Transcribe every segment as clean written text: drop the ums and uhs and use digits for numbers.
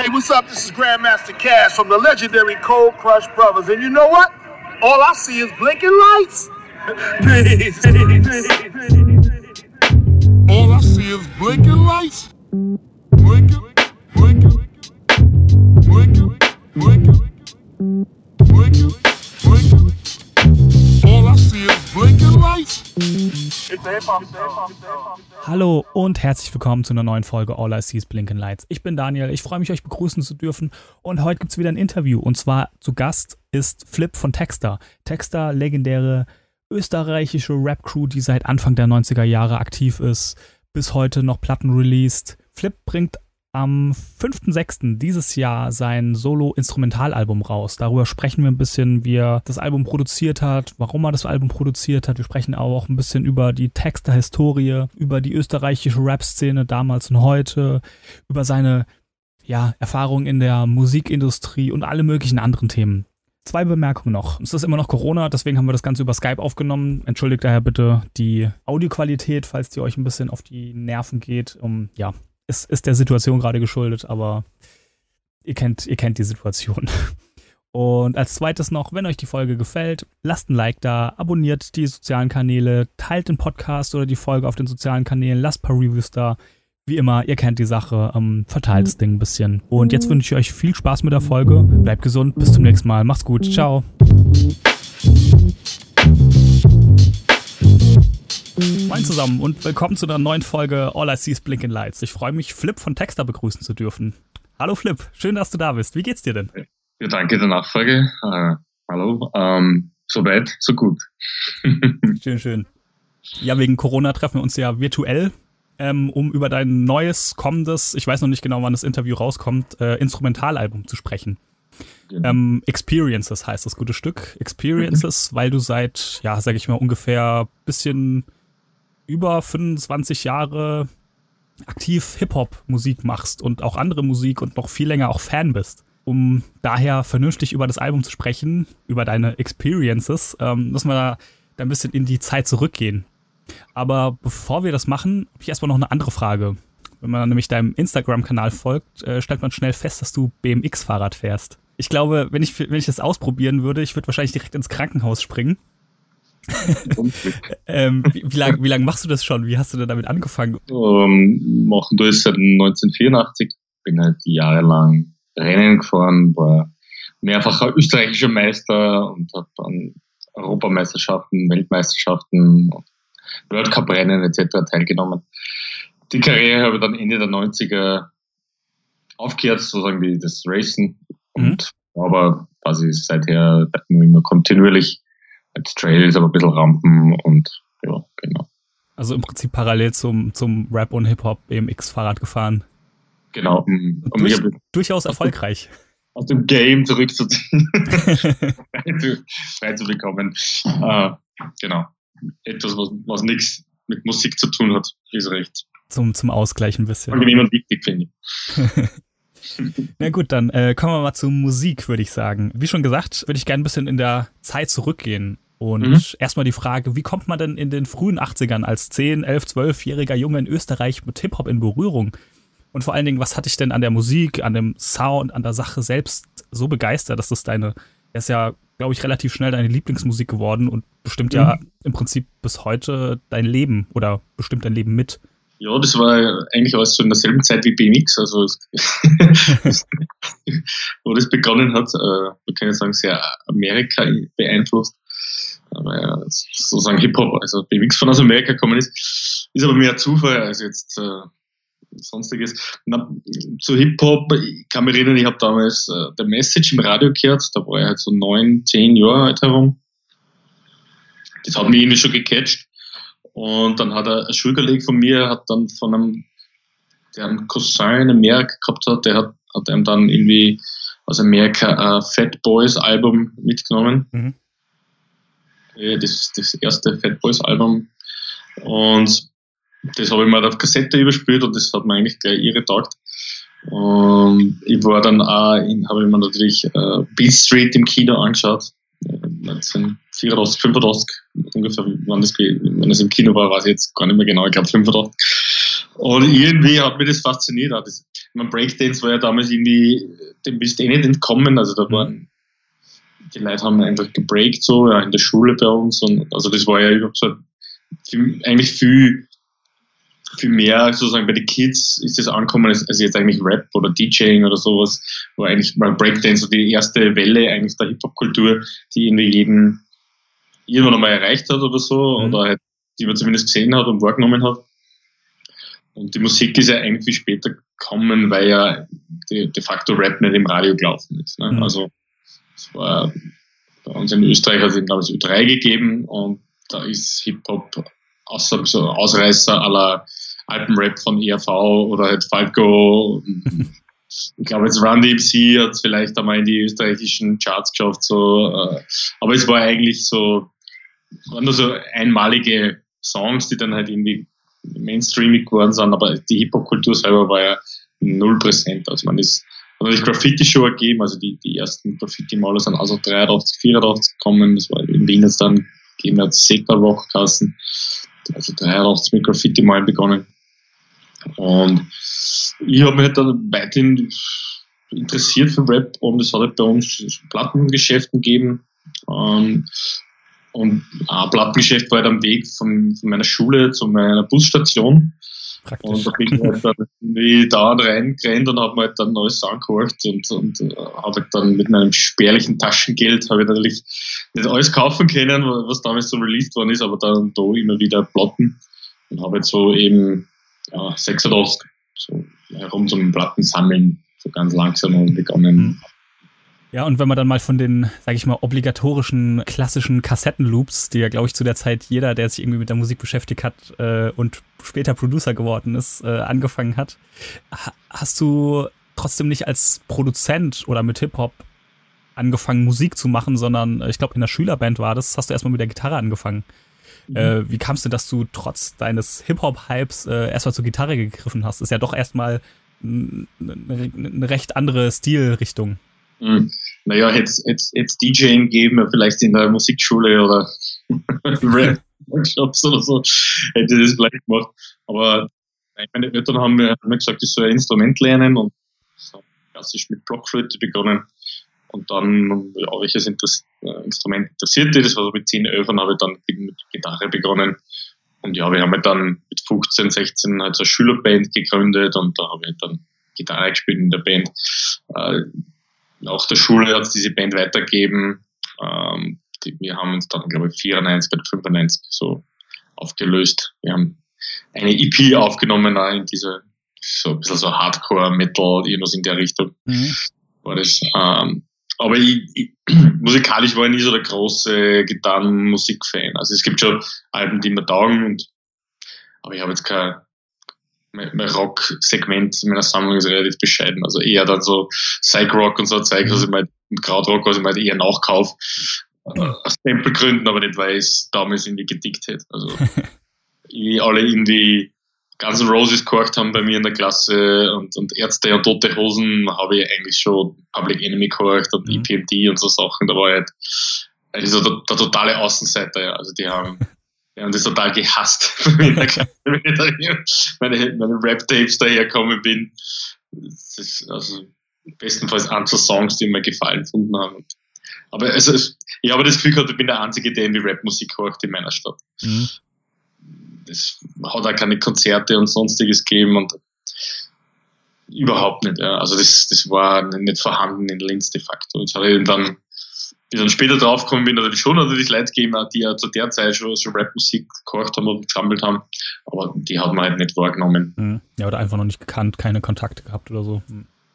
Hey, what's up? This is Grandmaster Cash from the legendary Cold Crush Brothers. And you know what? All I see is blinking lights. Peace. All I see is blinking lights. Blinking, blinking, blinking, blinking, blinking, blinking. All I see is blinking lights. Hallo und herzlich willkommen zu einer neuen Folge All I See is Blinking Lights. Ich bin Daniel, ich freue mich, euch begrüßen zu dürfen und heute gibt es wieder ein Interview und zwar zu Gast ist Flip von Texter. Texter, legendäre österreichische Rap-Crew, die seit Anfang der 90er Jahre aktiv ist, bis heute noch Platten released. Flip bringt am 5.6. dieses Jahr sein Solo-Instrumentalalbum raus. Darüber sprechen wir ein bisschen, wie er das Album produziert hat, warum er das Album produziert hat. Wir sprechen auch ein bisschen über die Texter-Historie, über die österreichische Rap-Szene damals und heute, über seine Erfahrungen in der Musikindustrie und alle möglichen anderen Themen. 2 Bemerkungen noch. Es ist immer noch Corona, deswegen haben wir das Ganze über Skype aufgenommen. Entschuldigt daher bitte die Audioqualität, falls die euch ein bisschen auf die Nerven geht. Es ist der Situation gerade geschuldet, aber ihr kennt die Situation. Und als zweites noch, wenn euch die Folge gefällt, lasst ein Like da, abonniert die sozialen Kanäle, teilt den Podcast oder die Folge auf den sozialen Kanälen, lasst ein paar Reviews da. Wie immer, ihr kennt die Sache, verteilt das Ding ein bisschen. Und jetzt wünsche ich euch viel Spaß mit der Folge. Bleibt gesund, bis zum nächsten Mal. Macht's gut, ciao. Moin zusammen und willkommen zu einer neuen Folge All I See is Blinking Lights. Ich freue mich, Flip von Texter begrüßen zu dürfen. Hallo Flip, schön, dass du da bist. Wie geht's dir denn? Ja, danke der Nachfrage. Hallo. So weit, so gut. Schön. Ja, wegen Corona treffen wir uns ja virtuell, um über dein neues, kommendes, ich weiß noch nicht genau, wann das Interview rauskommt, Instrumentalalbum zu sprechen. Genau. Experiences heißt das gute Stück. Experiences, weil du seit, sag ich mal, ungefähr bisschen über 25 Jahre aktiv Hip-Hop-Musik machst und auch andere Musik und noch viel länger auch Fan bist. Um daher vernünftig über das Album zu sprechen, über deine Experiences, müssen wir da ein bisschen in die Zeit zurückgehen. Aber bevor wir das machen, habe ich erstmal noch eine andere Frage. Wenn man nämlich deinem Instagram-Kanal folgt, stellt man schnell fest, dass du BMX-Fahrrad fährst. Ich glaube, wenn ich das ausprobieren würde, ich würde wahrscheinlich direkt ins Krankenhaus springen. Wie lang machst du das schon? Wie hast du denn damit angefangen? Machen du es seit 1984. Bin halt jahrelang Rennen gefahren, war mehrfacher österreichischer Meister und habe an Europameisterschaften, Weltmeisterschaften, World Cup Rennen etc. teilgenommen. Die Karriere habe ich dann Ende der 90er aufgehört, sozusagen das Racen. Und aber quasi seither nur immer kontinuierlich als Trails, aber ein bisschen Rampen und ja, genau. Also im Prinzip parallel zum Rap und Hip-Hop BMX-Fahrrad gefahren. Genau. Durchaus erfolgreich. Aus dem Game zurückzuziehen. frei zu bekommen. Genau. Etwas, was nichts mit Musik zu tun hat, ist recht. Zum Ausgleich ein bisschen. Angenehm und wichtig, finde ich. Na gut, dann kommen wir mal zur Musik, würde ich sagen. Wie schon gesagt, würde ich gerne ein bisschen in der Zeit zurückgehen. Und erstmal die Frage, wie kommt man denn in den frühen 80ern als 10-, 11-, 12-jähriger Junge in Österreich mit Hip-Hop in Berührung? Und vor allen Dingen, was hat dich denn an der Musik, an dem Sound, an der Sache selbst so begeistert, dass das ist ja, glaube ich, relativ schnell deine Lieblingsmusik geworden und bestimmt ja im Prinzip bis heute dein Leben oder bestimmt dein Leben mit. Ja, das war eigentlich alles so in derselben Zeit wie BMX, also wo das begonnen hat, man kann ja sagen, sehr Amerika beeinflusst, aber sozusagen Hip-Hop, also BMX von aus Amerika gekommen ist aber mehr Zufall als jetzt sonstiges. Zu Hip-Hop, ich kann mich erinnern, ich habe damals The Message im Radio gehört, da war ich halt so 9, 10 Jahre alt herum. Das hat mich irgendwie schon gecatcht. Und dann hat ein Schulkollege von mir, hat dann von einem, der einen Cousin in Amerika gehabt hat, der hat einem dann irgendwie aus Amerika ein Fat Boys Album mitgenommen. Das erste Fat Boys Album. Und das habe ich mir auf Kassette überspielt und das hat mir eigentlich gleich irre getaugt. Und ich war dann auch, habe ich mir natürlich Beat Street im Kino angeschaut, 1984, 85. ungefähr, wann das im Kino war, weiß ich jetzt gar nicht mehr genau, ich glaube 85. Und irgendwie hat mich das fasziniert. Auch Breakdance war ja damals irgendwie, dem bist du nicht entkommen, also da waren, die Leute haben einfach gebreakt so, ja, in der Schule bei uns, und also das war ja überhaupt so, eigentlich viel mehr sozusagen bei den Kids ist das angekommen als jetzt eigentlich Rap oder DJing oder sowas, war eigentlich mal Breakdance so die erste Welle eigentlich der Hip-Hop-Kultur, die irgendwie jeden irgendwann einmal erreicht hat oder so, oder halt, die man zumindest gesehen hat und wahrgenommen hat. Und die Musik ist ja eigentlich viel später gekommen, weil ja de facto Rap nicht im Radio gelaufen ist. Ne? Also es war bei uns in Österreich hat es eben damals Ö3 gegeben, und da ist Hip-Hop außer so Ausreißer à la Alpenrap von ERV oder halt Falco. Ich glaube, jetzt Run DMC hat es vielleicht einmal in die österreichischen Charts geschafft, so, aber es war eigentlich so, waren nur so einmalige Songs, die dann halt irgendwie mainstreamig geworden sind, aber die Hip-Hop-Kultur selber war ja null präsent. Also man ist natürlich Graffiti-Show gegeben, also die ersten Graffiti-Maler sind also 83, 84 gekommen, das war in Wien jetzt dann gegeben, hat Seka Rock geheißen, also 83 mit Graffiti-Malen begonnen. Und ich habe mich halt dann weiterhin interessiert für Rap, und es hat halt bei uns Plattengeschäften gegeben. Und ein Plattengeschäft war halt am Weg von meiner Schule zu meiner Busstation. Praktisch. Und da bin ich halt dann irgendwie da reingerannt und habe mir halt dann alles angehört und habe halt dann mit meinem spärlichen Taschengeld habe ich natürlich nicht alles kaufen können, was damals so released worden ist, aber dann da immer wieder Platten, und habe jetzt so eben 86 so herum zum Platten sammeln, so ganz langsam begonnen. Ja, und wenn man dann mal von den, sag ich mal, obligatorischen klassischen Kassettenloops, die ja, glaube ich, zu der Zeit jeder, der sich irgendwie mit der Musik beschäftigt hat und später Producer geworden ist, angefangen hat, hast du trotzdem nicht als Produzent oder mit Hip-Hop angefangen, Musik zu machen, sondern ich glaube, in der Schülerband war das, hast du erstmal mit der Gitarre angefangen. Wie kam es denn, dass du trotz deines Hip-Hop-Hypes erstmal zur Gitarre gegriffen hast? Ist ja doch erstmal eine recht andere Stilrichtung. Naja, hätte es DJing geben, vielleicht in der Musikschule oder Rap-Workshops oder so, hätte ich das vielleicht gemacht. Aber meine Eltern haben mir gesagt, ich soll ein Instrument lernen, und so klassisch mit Blockflöte begonnen. Und dann, ja, welches Instrument interessiert dich? Das war so mit 10, 11 und habe ich dann mit Gitarre begonnen. Und ja, wir haben halt dann mit 15, 16 halt so eine Schülerband gegründet, und da habe ich dann Gitarre gespielt in der Band. Nach der Schule hat es diese Band weitergegeben. Wir haben uns dann, glaube ich, 94 oder 95 so aufgelöst. Wir haben eine EP aufgenommen, auch in diese, so ein bisschen so Hardcore-Metal, irgendwas in der Richtung. War das. Aber musikalisch war ich nie so der große Gitarrenmusik-Fan. Also es gibt schon Alben, die mir taugen, aber ich habe jetzt mein Rock-Segment in meiner Sammlung ist relativ bescheiden. Also eher dann so Psych-Rock und so Zeug, und Krautrock, was ich mir eher nachkaufe. Aus Tempelgründen, aber nicht, weil ich es damals irgendwie gedickt hätte. Also alle irgendwie Guns N' Roses gehört haben bei mir in der Klasse, und Ärzte und Tote Hosen habe ich eigentlich schon Public Enemy gehört und EPMD und so Sachen. Da war ich halt also der totale Außenseiter. Ja. Also die haben das total gehasst, wenn ich meine Rap-Tapes dahergekommen bin. Das ist also bestenfalls Einzelne-Songs, die mir gefallen gefunden haben. Aber also, ich habe das Gefühl gehabt, ich bin der Einzige, der irgendwie Rap-Musik hört in meiner Stadt. Das hat auch keine Konzerte und sonstiges gegeben, und überhaupt nicht. Ja. Also das war nicht vorhanden in Linz de facto. Jetzt habe ich dann, wie ich dann später draufgekommen bin, natürlich Leute gegeben, die ja zu der Zeit schon Rap-Musik gehört haben und gesammelt haben, aber die hat man halt nicht wahrgenommen. Ja, oder einfach noch nicht gekannt, keine Kontakte gehabt oder so.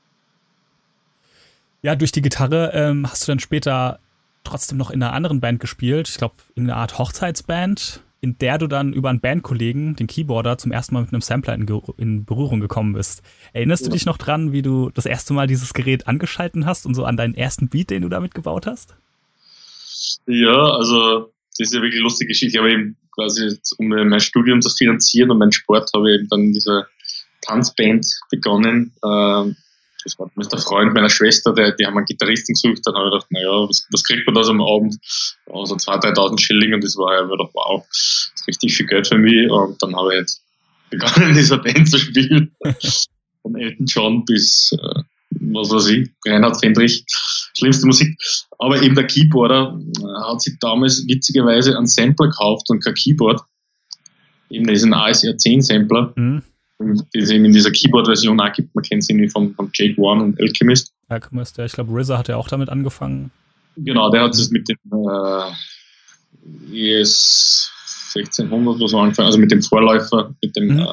Ja, durch die Gitarre hast du dann später trotzdem noch in einer anderen Band gespielt, ich glaube in einer Art Hochzeitsband, in der du dann über einen Bandkollegen, den Keyboarder, zum ersten Mal mit einem Sampler in Berührung gekommen bist. Erinnerst du dich noch dran, wie du das erste Mal dieses Gerät angeschalten hast und so an deinen ersten Beat, den du damit gebaut hast? Ja, also das ist ja wirklich eine lustige Geschichte. Ich habe eben quasi, um mein Studium zu finanzieren und meinen Sport, habe ich eben dann diese Tanzband begonnen. das war der Freund meiner Schwester, die haben einen Gitarristen gesucht, dann habe ich gedacht, naja, was kriegt man da so am Abend? Also 2.000, 3.000 Schilling und das war ja wieder, wow, das ist richtig viel Geld für mich und dann habe ich jetzt begonnen, in dieser Band zu spielen. Von Elton John bis, was weiß ich, Reinhard Fendrich, schlimmste Musik. Aber eben der Keyboarder hat sich damals witzigerweise einen Sampler gekauft und kein Keyboard. Eben diesen ASR 10 Sampler, den es eben in dieser Keyboard-Version auch gibt. Man kennt es irgendwie von Jake One und Alchemist. Alchemist, ja, ich glaube, RZA hat ja auch damit angefangen. Genau, der hat es mit dem ES 1600 oder so angefangen, also mit dem Vorläufer, mit dem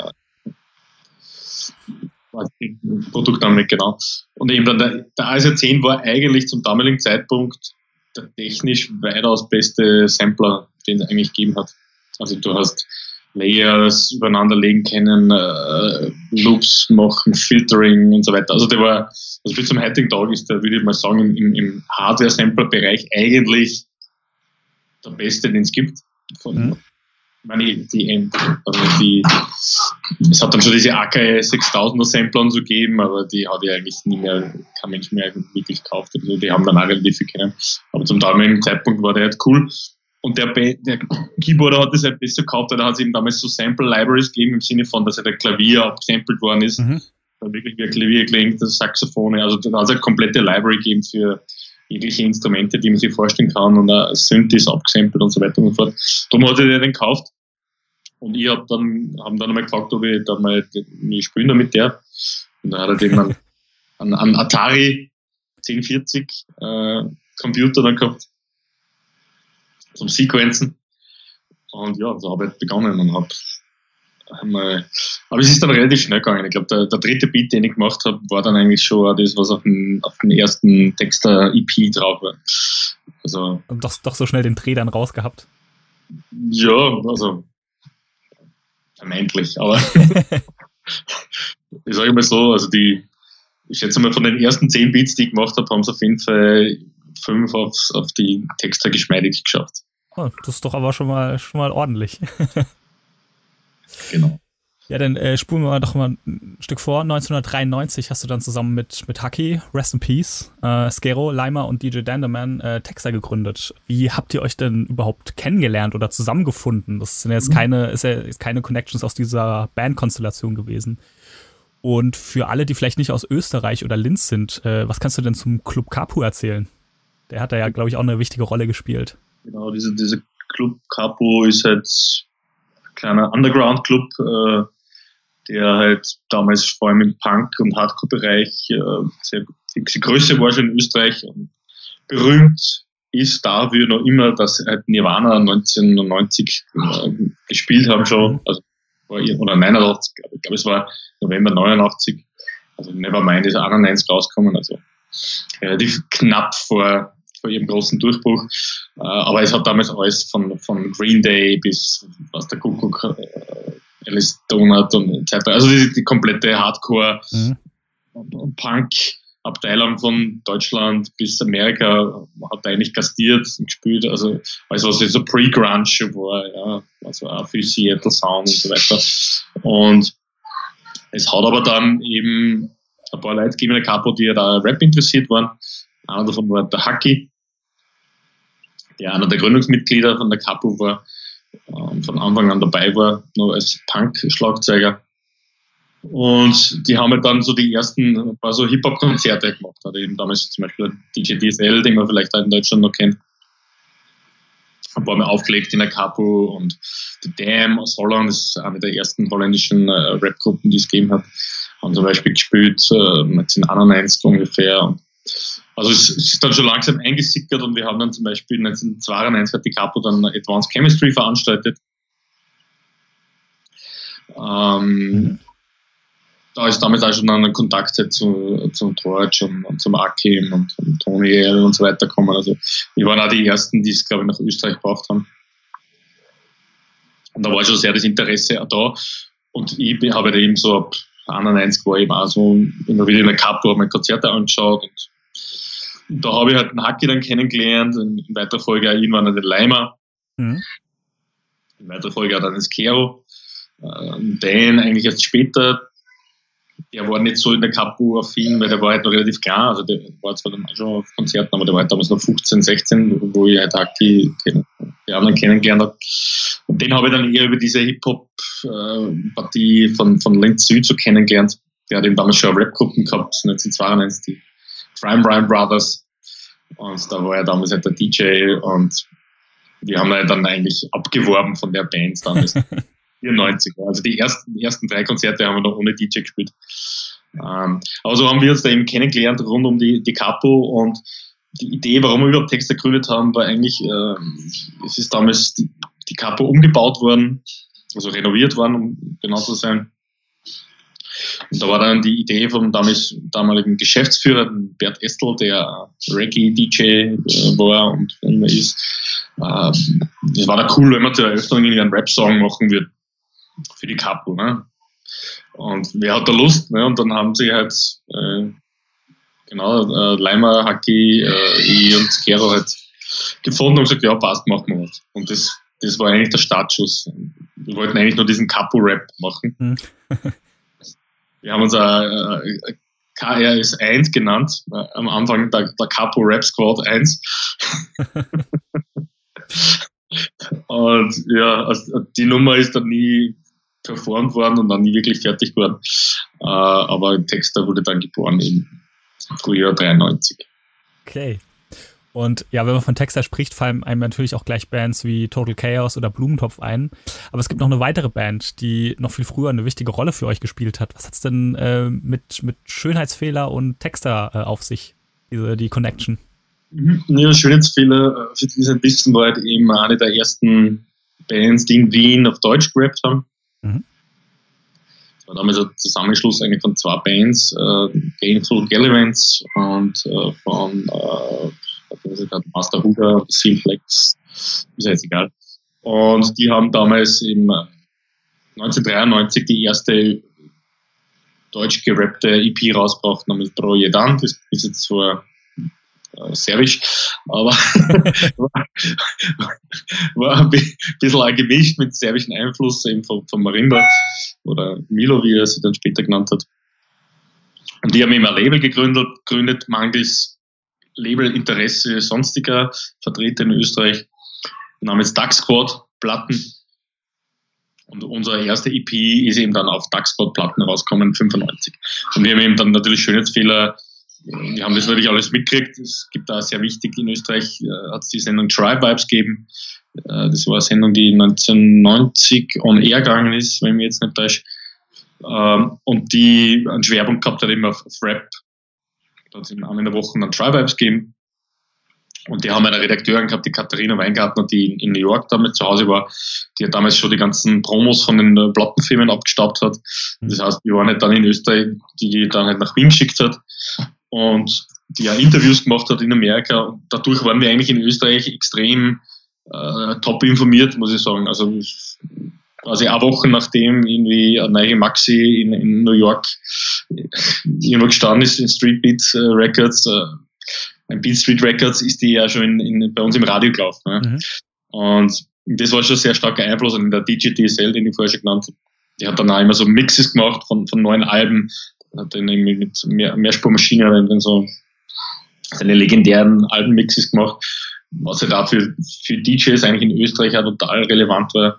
Produktnamen nicht genau. Und eben dann der ASR 10 war eigentlich zum damaligen Zeitpunkt der technisch weitaus beste Sampler, den es eigentlich gegeben hat. Also du hast Layers übereinander legen können, Loops machen, Filtering und so weiter. Also der war, also bis zum heutigen Tag ist der, würde ich mal sagen, im Hardware-Sampler-Bereich eigentlich der beste, den es gibt. Es hat dann schon diese Akai 6000er Sampler und so gegeben, aber die hat ja eigentlich kein Mensch mehr wirklich gekauft. Also die haben dann auch relativ viel kennen. Aber zum damaligen Zeitpunkt war der halt cool. Und der Keyboarder hat das halt besser gekauft, weil da hat es eben damals so Sample-Libraries gegeben, im Sinne von, dass halt ein Klavier abgesampelt worden ist. Da wirklich wie ein Klavier klingt, das Saxophon. Also da hat es eine komplette Library gegeben für jegliche Instrumente, die man sich vorstellen kann, und ein Synth ist abgesampelt und so weiter und so fort. Darum hat er den gekauft. Und ich haben dann einmal gefragt, ob ich da mal spielen da mit der. Und dann hat er eben einen Atari 1040 Computer dann gehabt zum Sequenzen. Und ja, so habe ich begonnen und aber es ist dann relativ schnell gegangen. Ich glaube, der dritte Beat, den ich gemacht habe, war dann eigentlich schon das, was auf dem ersten Texter-EP drauf war. Also, und doch so schnell den Dreh dann rausgehabt? Ja, also vermeintlich, aber ich sage mal so, also ich schätze mal, von den ersten 10 Beats, die ich gemacht habe, haben es auf jeden Fall 5 auf die Texter geschmeidig geschafft. Oh, das ist doch aber schon mal ordentlich. Genau. Ja, dann spulen wir doch mal ein Stück vor. 1993 hast du dann zusammen mit Haki, Rest in Peace, Skero, Leimer und DJ Danderman Texter gegründet. Wie habt ihr euch denn überhaupt kennengelernt oder zusammengefunden? Das sind jetzt keine Connections aus dieser Bandkonstellation gewesen. Und für alle, die vielleicht nicht aus Österreich oder Linz sind, was kannst du denn zum Club Capo erzählen? Der hat da ja, glaube ich, auch eine wichtige Rolle gespielt. Genau, dieser Club Capo ist halt ein kleiner Underground-Club, der halt damals vor allem im Punk- und Hardcore-Bereich sehr fixe Größe war schon in Österreich. Und berühmt ist dafür noch immer, dass halt Nirvana 1990 gespielt haben schon, also oder 89, glaube ich. Es war November 89, also Nevermind ist 91 rausgekommen, also relativ knapp vor ihrem großen Durchbruch. Aber es hat damals alles von Green Day bis was der Kuckuck, Alice Donut und etc. Also die komplette Hardcore- und Punk-Abteilung von Deutschland bis Amerika hat eigentlich gastiert und gespielt. Also alles, was so Pre-Grunge war, ja, also auch viel Seattle Sound und so weiter. Und es hat aber dann eben ein paar Leute gegeben in der Capo, die ja da Rap interessiert waren. Einer davon war der Haki, der einer der Gründungsmitglieder von der Capo war, von Anfang an dabei war, noch als Punk-Schlagzeuger. Und die haben halt dann so die ersten ein paar so Hip-Hop-Konzerte gemacht. Hat eben damals zum Beispiel DJ DSL, den man vielleicht auch in Deutschland noch kennt, ein paar Mal aufgelegt in der Capo, und The Dam aus Holland, das ist eine der ersten holländischen Rap-Gruppen, die es gegeben hat, haben zum Beispiel gespielt, 1991 ungefähr. Also es ist dann schon langsam eingesickert, und wir haben dann zum Beispiel 1992 hat die Capo dann Advanced Chemistry veranstaltet. Da ist damals auch schon ein Kontakt zum Torch und zum Akim und Tony und so weiter gekommen. Also wir waren auch die Ersten, die es, glaube ich, nach Österreich gebracht haben. Und da war schon sehr das Interesse auch da. Und ich habe halt eben so ab 91 war ich eben auch so immer wieder in der Capo, habe mir Konzerte angeschaut. Und da habe ich halt den Haki dann kennengelernt, in weiterer Folge auch irgendwann den Leimer. In weiterer Folge auch dann den Skero. Dan eigentlich erst später. der war nicht so in der Capo-affin, weil der war halt noch relativ klein, also der war zwar dann auch schon auf Konzerten, aber der war halt damals noch 15, 16, wo ich halt auch die anderen kennengelernt habe. Und den habe ich dann eher über diese Hip-Hop-Partie von Linz Süd so kennengelernt. Der hat eben damals schon Rap-Gruppen gehabt, 1992, die Crime Rhyme Brothers. Und da war er damals halt der DJ und wir haben halt dann eigentlich abgeworben von der Band damals. 94. Also die ersten 3 Konzerte haben wir noch ohne DJ gespielt. Aber so haben wir uns da eben kennengelernt rund um die Capo und die Idee, warum wir überhaupt Texter gegründet haben, war eigentlich, es ist damals die Capo umgebaut worden, also renoviert worden, um genau zu sein. Und da war dann die Idee vom damaligen Geschäftsführer, Bert Estl, der Reggae-DJ war und immer ist. Es war da cool, wenn man zur Eröffnung einen Rap-Song machen würde für die Capo. Ne? Und wer hat da Lust? Ne? Und dann haben sie halt Leimer, Haki, ich und Gero halt gefunden und gesagt, ja passt, machen wir was. Und das war eigentlich der Startschuss. Wir wollten eigentlich nur diesen Capo-Rap machen. Wir haben uns KRS 1 genannt, am Anfang der Capo Rap Squad 1. Und ja, die Nummer ist dann nie performt worden und dann nie wirklich fertig geworden. Aber Texter wurde dann geboren im Frühjahr 93. Okay. Und ja, wenn man von Texter spricht, fallen einem natürlich auch gleich Bands wie Total Chaos oder Blumentopf ein. Aber es gibt noch eine weitere Band, die noch viel früher eine wichtige Rolle für euch gespielt hat. Was hat's denn mit Schönheitsfehler und Texter auf sich, die Connection? Ja, Schönheitsfehler, für die es ein bisschen war halt eben eine der ersten Bands, die in Wien auf Deutsch gerappt haben. Das war damals ein Zusammenschluss eigentlich von 2 Bands, Gainful Gallivants und von Master Hooker, Sealflex, ist ja jetzt egal. Und die haben damals im 1993 die erste deutsch gerappte EP rausgebracht, namens Pro Jedan. Das ist jetzt zwar serbisch, aber war ein bisschen gemischt mit serbischen Einfluss eben von Marimba oder Milo, wie er sich dann später genannt hat. Und die haben eben ein Label gegründet mangels Labelinteresse sonstiger Vertreter in Österreich, namens Duck Squad Platten. Und unsere erste EP ist eben dann auf Duck Squad Platten rausgekommen, 95. Und wir haben eben dann natürlich Schönheitsfehler. Wir haben das wirklich alles mitgekriegt. Es gibt da sehr wichtig in Österreich, hat es die Sendung Tribe Vibes gegeben. Das war eine Sendung, die 1990 on air gegangen ist, wenn ich mich jetzt nicht täusche. Und die einen Schwerpunkt gehabt hat eben auf Rap. Da hat es in einer Woche dann Tribe Vibes gegeben. Und die haben eine Redakteurin gehabt, die Katharina Weingartner, die in New York damit zu Hause war, die hat damals schon die ganzen Promos von den Plattenfirmen abgestaubt hat. Das heißt, wir waren halt dann in Österreich, die dann halt nach Wien geschickt hat und die ja Interviews gemacht hat in Amerika. Und dadurch waren wir eigentlich in Österreich extrem top informiert, muss ich sagen. Also quasi eine Woche nachdem irgendwie eine neue Maxi in New York irgendwo gestanden ist, in Street Beat Records, ein Beat Street Records, ist die ja schon bei uns im Radio gelaufen. Ne? Und das war schon ein sehr starker Einfluss. Und der DJ DSL, den ich vorher schon genannt habe, der hat dann auch immer so Mixes gemacht von neuen Alben. Hat dann irgendwie mit Mehrspurmaschine dann so seine legendären Albenmixes gemacht, was halt auch für DJs eigentlich in Österreich auch total relevant war.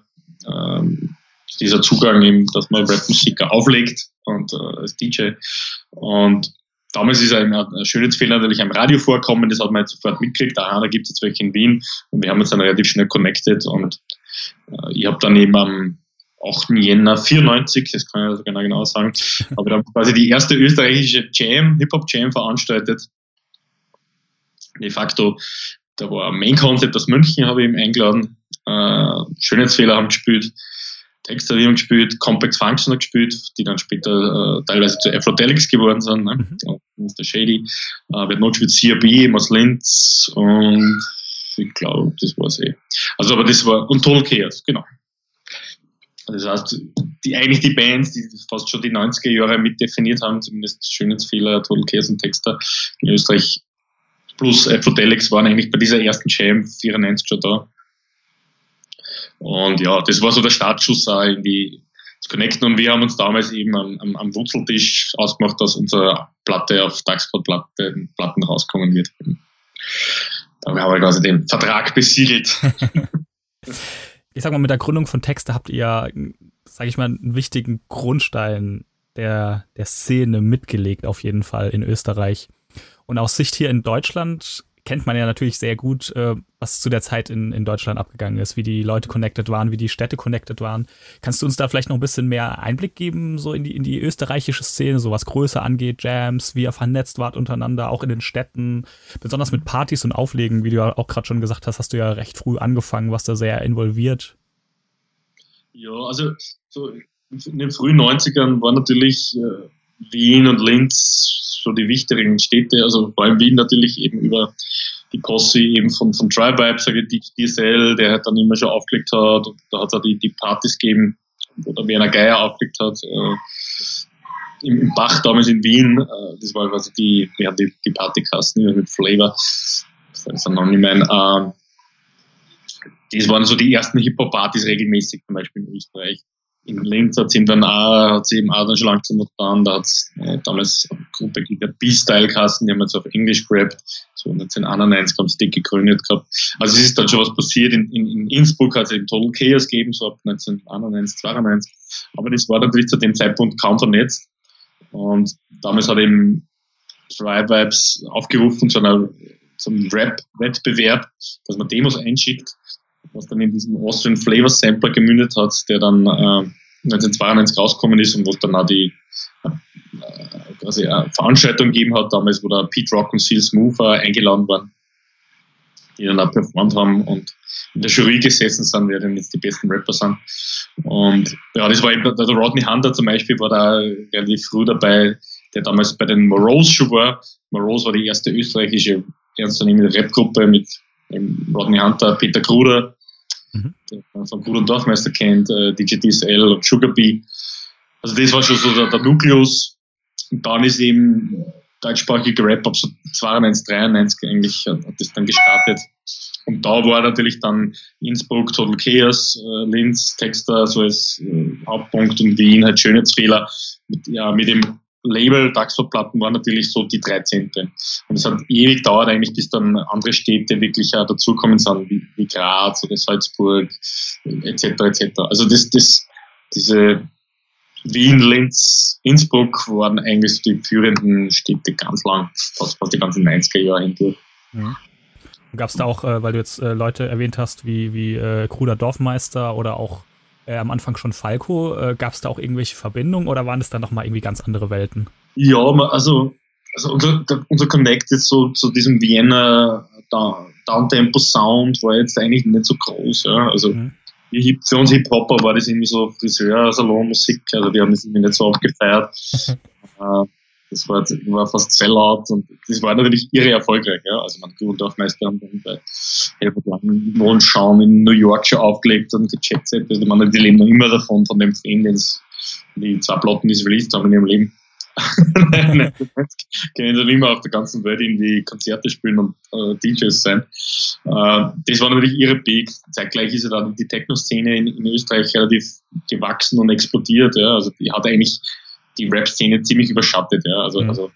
Dieser Zugang eben, dass man Rapmusik auflegt und als DJ. Und damals ist ein Schönheitsfehler natürlich am Radio vorkommen, das hat man jetzt sofort mitgekriegt. Aha, da gibt es jetzt welche in Wien und wir haben uns dann relativ schnell connected und ich habe dann eben am 8. Jänner 94, das kann ich also genau sagen, aber dann quasi die erste österreichische Hip-Hop-Jam veranstaltet. De facto, da war ein Main-Concept aus München, habe ich ihm eingeladen. Schönheitsfehler haben gespielt, Texter haben gespielt, Compact Function hat gespielt, die dann später teilweise zu Afrodelics geworden sind, ne? Mr. Shady. Wir hatten noch gespielt CRB, Mas Linz und ich glaube, das war's eh. Also, aber das war, und Total Chaos, genau. Das heißt, eigentlich die Bands, die fast schon die 90er Jahre mit definiert haben, zumindest Schönheitsfehler, Total Chaos und Texter in Österreich, plus Afrodelics waren eigentlich bei dieser ersten Jam 94 schon da. Und ja, das war so der Startschuss auch in die connecten. Und wir haben uns damals eben am Wurzeltisch ausgemacht, dass unsere Platte auf Darksquad-Platten rauskommen wird. Da haben wir quasi den Vertrag besiegelt. Ich sag mal, mit der Gründung von Texter habt ihr, sag ich mal, einen wichtigen Grundstein der Szene mitgelegt, auf jeden Fall in Österreich. Und aus Sicht hier in Deutschland kennt man ja natürlich sehr gut, was zu der Zeit in Deutschland abgegangen ist, wie die Leute connected waren, wie die Städte connected waren. Kannst du uns da vielleicht noch ein bisschen mehr Einblick geben, so in die österreichische Szene, so was Größe angeht, Jams, wie ihr vernetzt wart untereinander, auch in den Städten, besonders mit Partys und Auflegen, wie du ja auch gerade schon gesagt hast, hast du ja recht früh angefangen, warst da sehr involviert. Ja, also so in den frühen 90ern war natürlich Wien und Linz so die wichtigen Städte, also vor allem Wien natürlich eben über die Posse eben von Tri-Vibe, sage ich, DSL, der halt dann immer schon aufgelegt hat, und da hat es auch die Partys gegeben, wo der Werner Geier aufgelegt hat, im Bach damals in Wien, das war quasi die Partykasten mit Flavor, das ist dann noch nicht mein, das waren so die ersten Hip-Hop-Partys regelmäßig, zum Beispiel in Österreich. In Linz hat es eben auch dann schon langsam getan. Da hat es damals eine Gruppe gegeben, der B-Style-Kasten, die haben jetzt auf Englisch gerappt. So 1991 haben sie die gegründet gehabt. Also es ist dann schon was passiert. In Innsbruck hat es eben Total Chaos gegeben, so ab 1991, 92. Aber das war natürlich zu dem Zeitpunkt kaum vernetzt. Und damals hat eben Tri-Vibes aufgerufen zu einem Rap-Wettbewerb, dass man Demos einschickt, was dann in diesem Austrian Flavor Sampler gemündet hat, der dann 1992 rausgekommen ist und wo es dann auch die quasi eine Veranstaltung gegeben hat, damals, wo da Pete Rock und Seal Smooth eingeladen waren, die dann auch performt haben und in der Jury gesessen sind, wer denn jetzt die besten Rapper sind. Und ja, das war eben, der Rodney Hunter zum Beispiel war da relativ früh dabei, der damals bei den Morose schon war. Morose war die erste österreichische ernstzunehmende Rap-Gruppe mit Rodney Hunter, Peter Gruder, der man von Gruder und Dorfmeister kennt, DJ DSL und Sugar Bee. Also das war schon so der Nukleus. Und dann ist eben deutschsprachiger Rap ab so 92, 93 eigentlich hat das dann gestartet. Und da war natürlich dann Innsbruck, Total Chaos, Linz, Texter so als Hauptpunkt und Wien halt Schönheitsfehler. Mit dem Label Darksquad-Platten waren natürlich so die 13. Und es hat ewig gedauert eigentlich, bis dann andere Städte wirklich dazukommen sind, wie Graz oder Salzburg, etc. etc. Also diese Wien, Linz, Innsbruck waren eigentlich so die führenden Städte ganz lang, fast die ganzen 90er Jahre hindurch. Mhm. Gab es da auch, weil du jetzt Leute erwähnt hast, wie Gruder Dorfmeister oder auch am Anfang schon Falco, gab es da auch irgendwelche Verbindungen oder waren das dann nochmal irgendwie ganz andere Welten? Ja, also unser Connect jetzt so zu diesem Vienna Downtempo-Sound war jetzt eigentlich nicht so groß. Ja. Also für uns Hip-Hopper war das irgendwie so Friseur-Salon-Musik, also wir haben das irgendwie nicht so abgefeiert. Das war fast Sellout und das war natürlich irre erfolgreich. Ja. Also man Gruder Dorfmeister haben dann bei Helmut Lang Mondschaum in New York schon aufgelegt und gechattet. Also die leben noch immer davon, von dem Fan, die 2 Platten, die sie released haben in ihrem Leben. Können dann immer auf der ganzen Welt irgendwie Konzerte spielen und DJs sein. Das war natürlich ihre Peak. Zeitgleich ist ja dann die Techno-Szene in Österreich relativ gewachsen und explodiert. Ja. Also die hat eigentlich die Rap-Szene ziemlich überschattet. Ja. Also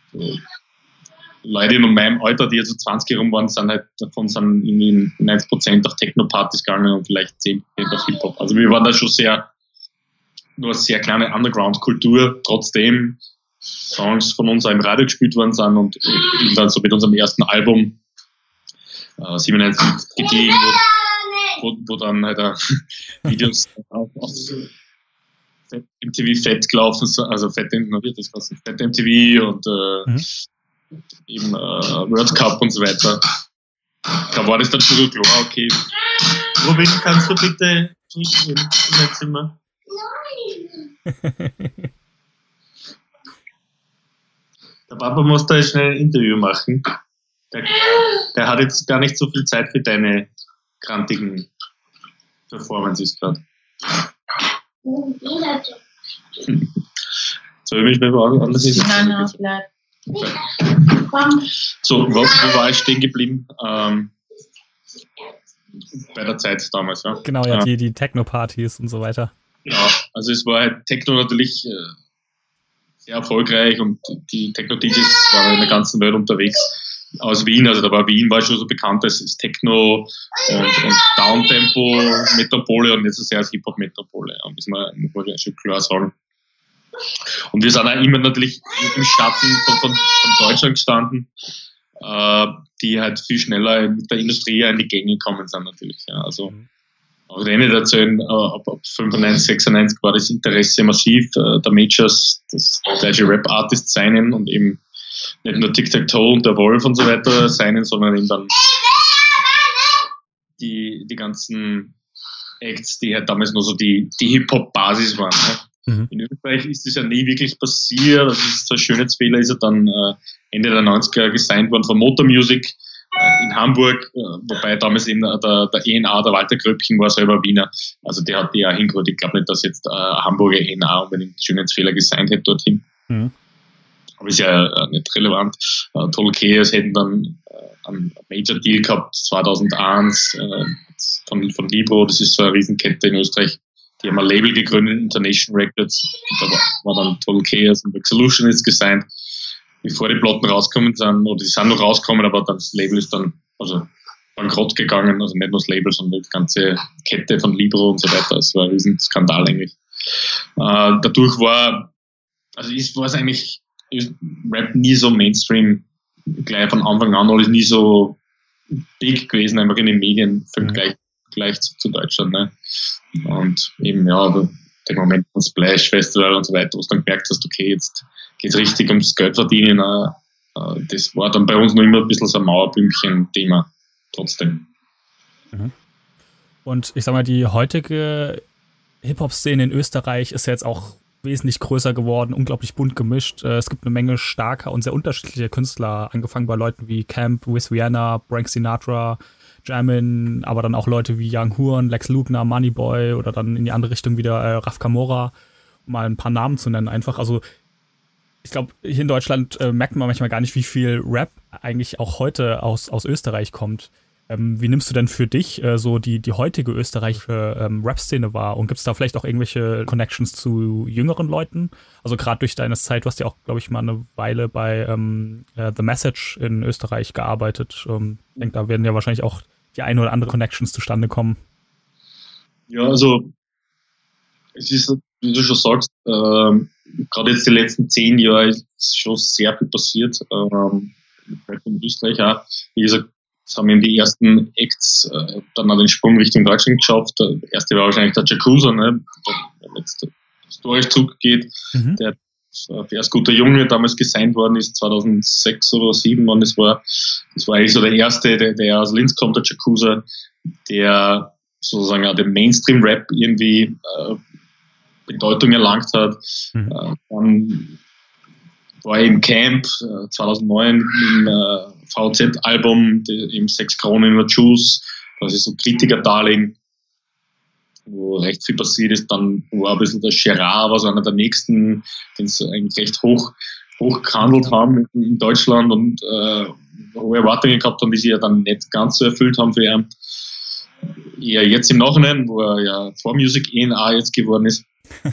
Leute in meinem Alter, die also 20 herum waren, davon sind irgendwie 90% auf Techno-Partys gegangen und vielleicht 10% auf Hip-Hop. Also wir waren da schon nur eine sehr kleine Underground-Kultur, trotzdem Songs von uns auch im Radio gespielt worden sind und dann so mit unserem ersten Album 97 gediegen, wo dann halt Videos auf MTV Fett gelaufen sind, also Fett MTV und eben World Cup und so weiter. Da war das dann schon so klar, okay. Robin, kannst du bitte nicht in mein Zimmer? Der Papa muss da schnell ein Interview machen. Der hat jetzt gar nicht so viel Zeit für deine grantigen Performances gerade. Soll ich mich mal anders hinsetzen? Nein, bleib. Okay. So, wo war ich stehen geblieben? Bei der Zeit damals, ja. Genau, ja, die Techno-Partys und so weiter. Genau, also es war halt Techno natürlich sehr erfolgreich und die Techno-DJs waren in der ganzen Welt unterwegs. Aus Wien, also Wien war schon so bekannt als Techno und Downtempo-Metropole und nicht so sehr als Hip-Hop-Metropole, muss man schon klar sagen. Und wir sind auch immer natürlich im Schatten von Deutschland gestanden, die halt viel schneller mit der Industrie in die Gänge gekommen sind natürlich. Ja. Also auch wenn ich erzählen, ab 95, 96 war das Interesse massiv, der Majors, das gleiche Rap-Artist signen und eben nicht nur Tic-Tac-Toe und der Wolf und so weiter signen, sondern eben dann die ganzen Acts, die halt damals nur so die Hip-Hop-Basis waren. Ne? In Österreich ist das ja nie wirklich passiert. Das ist so ein Schönheitsfehler, ist er dann Ende der 90er gesigned worden von Motor Music in Hamburg, wobei damals eben der ENA, der Walter Gröbchen, war selber Wiener. Also der hat die ja hingehört. Ich glaube nicht, dass jetzt Hamburger ENA unbedingt Schönheitsfehler gesigned hätte dorthin. Aber ist ja nicht relevant. Total Chaos hätten dann einen Major Deal gehabt 2001 von Libro. Das ist so eine Riesenkette in Österreich. Die haben ein Label gegründet, International Records. Und da war dann Total Chaos und Solution ist gesigned. Bevor die Platten rausgekommen sind, oder die sind noch rausgekommen, aber das Label ist dann bankrott gegangen. Also nicht nur das Label, sondern die ganze Kette von Libro und so weiter. Das war ein Riesenskandal eigentlich. Dadurch war es eigentlich Rap nie so Mainstream, gleich von Anfang an, alles nie so big gewesen, einfach in den Medien, gleich zu Deutschland. Ne? Und eben, ja, der Moment von Splash Festival und so weiter, wo du dann gemerkt hast, okay, jetzt geht's richtig ums Geld verdienen. Das war dann bei uns noch immer ein bisschen so ein Mauerbümmchen-Thema, trotzdem. Und ich sag mal, die heutige Hip-Hop-Szene in Österreich ist ja jetzt auch wesentlich größer geworden, unglaublich bunt gemischt. Es gibt eine Menge starker und sehr unterschiedlicher Künstler, angefangen bei Leuten wie Camp, Wiz Rihanna, Frank Sinatra, Jamin, aber dann auch Leute wie Young Horn, Lex Lugner, Moneyboy oder dann in die andere Richtung wieder Raf Camora, um mal ein paar Namen zu nennen einfach. Also ich glaube, hier in Deutschland merkt man manchmal gar nicht, wie viel Rap eigentlich auch heute aus Österreich kommt. Wie nimmst du denn für dich so die heutige österreichische Rap-Szene wahr? Und gibt es da vielleicht auch irgendwelche Connections zu jüngeren Leuten? Also gerade durch deine Zeit, du hast ja auch, glaube ich, mal eine Weile bei The Message in Österreich gearbeitet. Ich denke, da werden ja wahrscheinlich auch die eine oder andere Connections zustande kommen. Ja, also es ist, wie du schon sagst, gerade jetzt die letzten 10 Jahre ist schon sehr viel passiert. In Österreich auch. Wie gesagt, es haben eben die ersten Acts dann an den Sprung Richtung Deutschland geschafft. Der erste war wahrscheinlich der Jakuza, ne? Der jetzt historisch zurückgeht, der als guter Junge damals gesigned worden ist, 2006 oder 2007, wann das war. Das war eigentlich so der erste, der aus Linz kommt, der Jakuza, der sozusagen auch den Mainstream-Rap irgendwie Bedeutung erlangt hat. Dann war im Camp 2009 im VZ-Album, im 6 Kronen in der Juice, das ist so Kritiker-Darling, wo recht viel passiert ist. Dann war ein bisschen der Gerard, was einer der nächsten, den sie eigentlich recht hoch gehandelt haben in Deutschland und hohe Erwartungen gehabt haben, die sie ja dann nicht ganz so erfüllt haben für ihn. Eher jetzt im Nachhinein, wo er ja vor Music ENA jetzt geworden ist.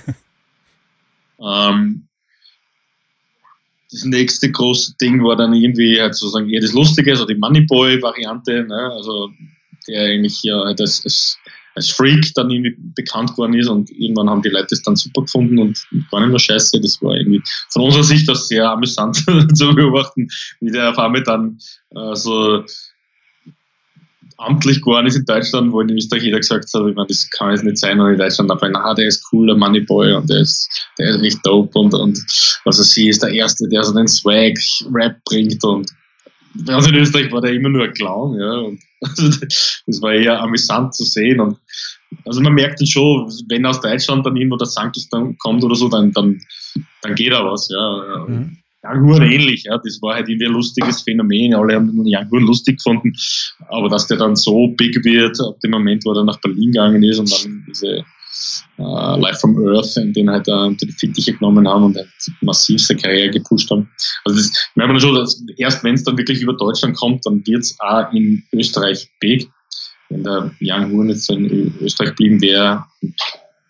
Das nächste große Ding war dann irgendwie halt sozusagen eher das Lustige, also die Moneyboy-Variante, ne? Also der eigentlich ja halt als Freak dann irgendwie bekannt geworden ist und irgendwann haben die Leute das dann super gefunden und gar nicht mehr scheiße. Das war irgendwie von unserer Sicht das sehr amüsant zu beobachten, wie der auf einmal dann so amtlich geworden ist in Deutschland, wo in Österreich jeder gesagt hat, ich meine, das kann jetzt nicht sein, und in Deutschland einfach, der ist cool, der Moneyboy, und der ist richtig dope und was er sieht, ist der Erste, der so den Swag Rap bringt, und also in Österreich war der immer nur ein Clown, ja, und also das war eher amüsant zu sehen, und also man merkt dann schon, wenn aus Deutschland dann irgendwo der Sanctus dann kommt oder so, dann geht da was, ja. Young Horn ähnlich, ja, das war halt irgendwie ein lustiges Phänomen, alle haben den Young Horn lustig gefunden, aber dass der dann so big wird, ab dem Moment, wo er nach Berlin gegangen ist und dann diese Live from Earth, in den halt unter die Fittiche genommen haben und halt massiv seine Karriere gepusht haben. Also das merkt man schon, dass erst wenn es dann wirklich über Deutschland kommt, dann wird es auch in Österreich big. Wenn der Young Horn jetzt in Österreich blieben wäre,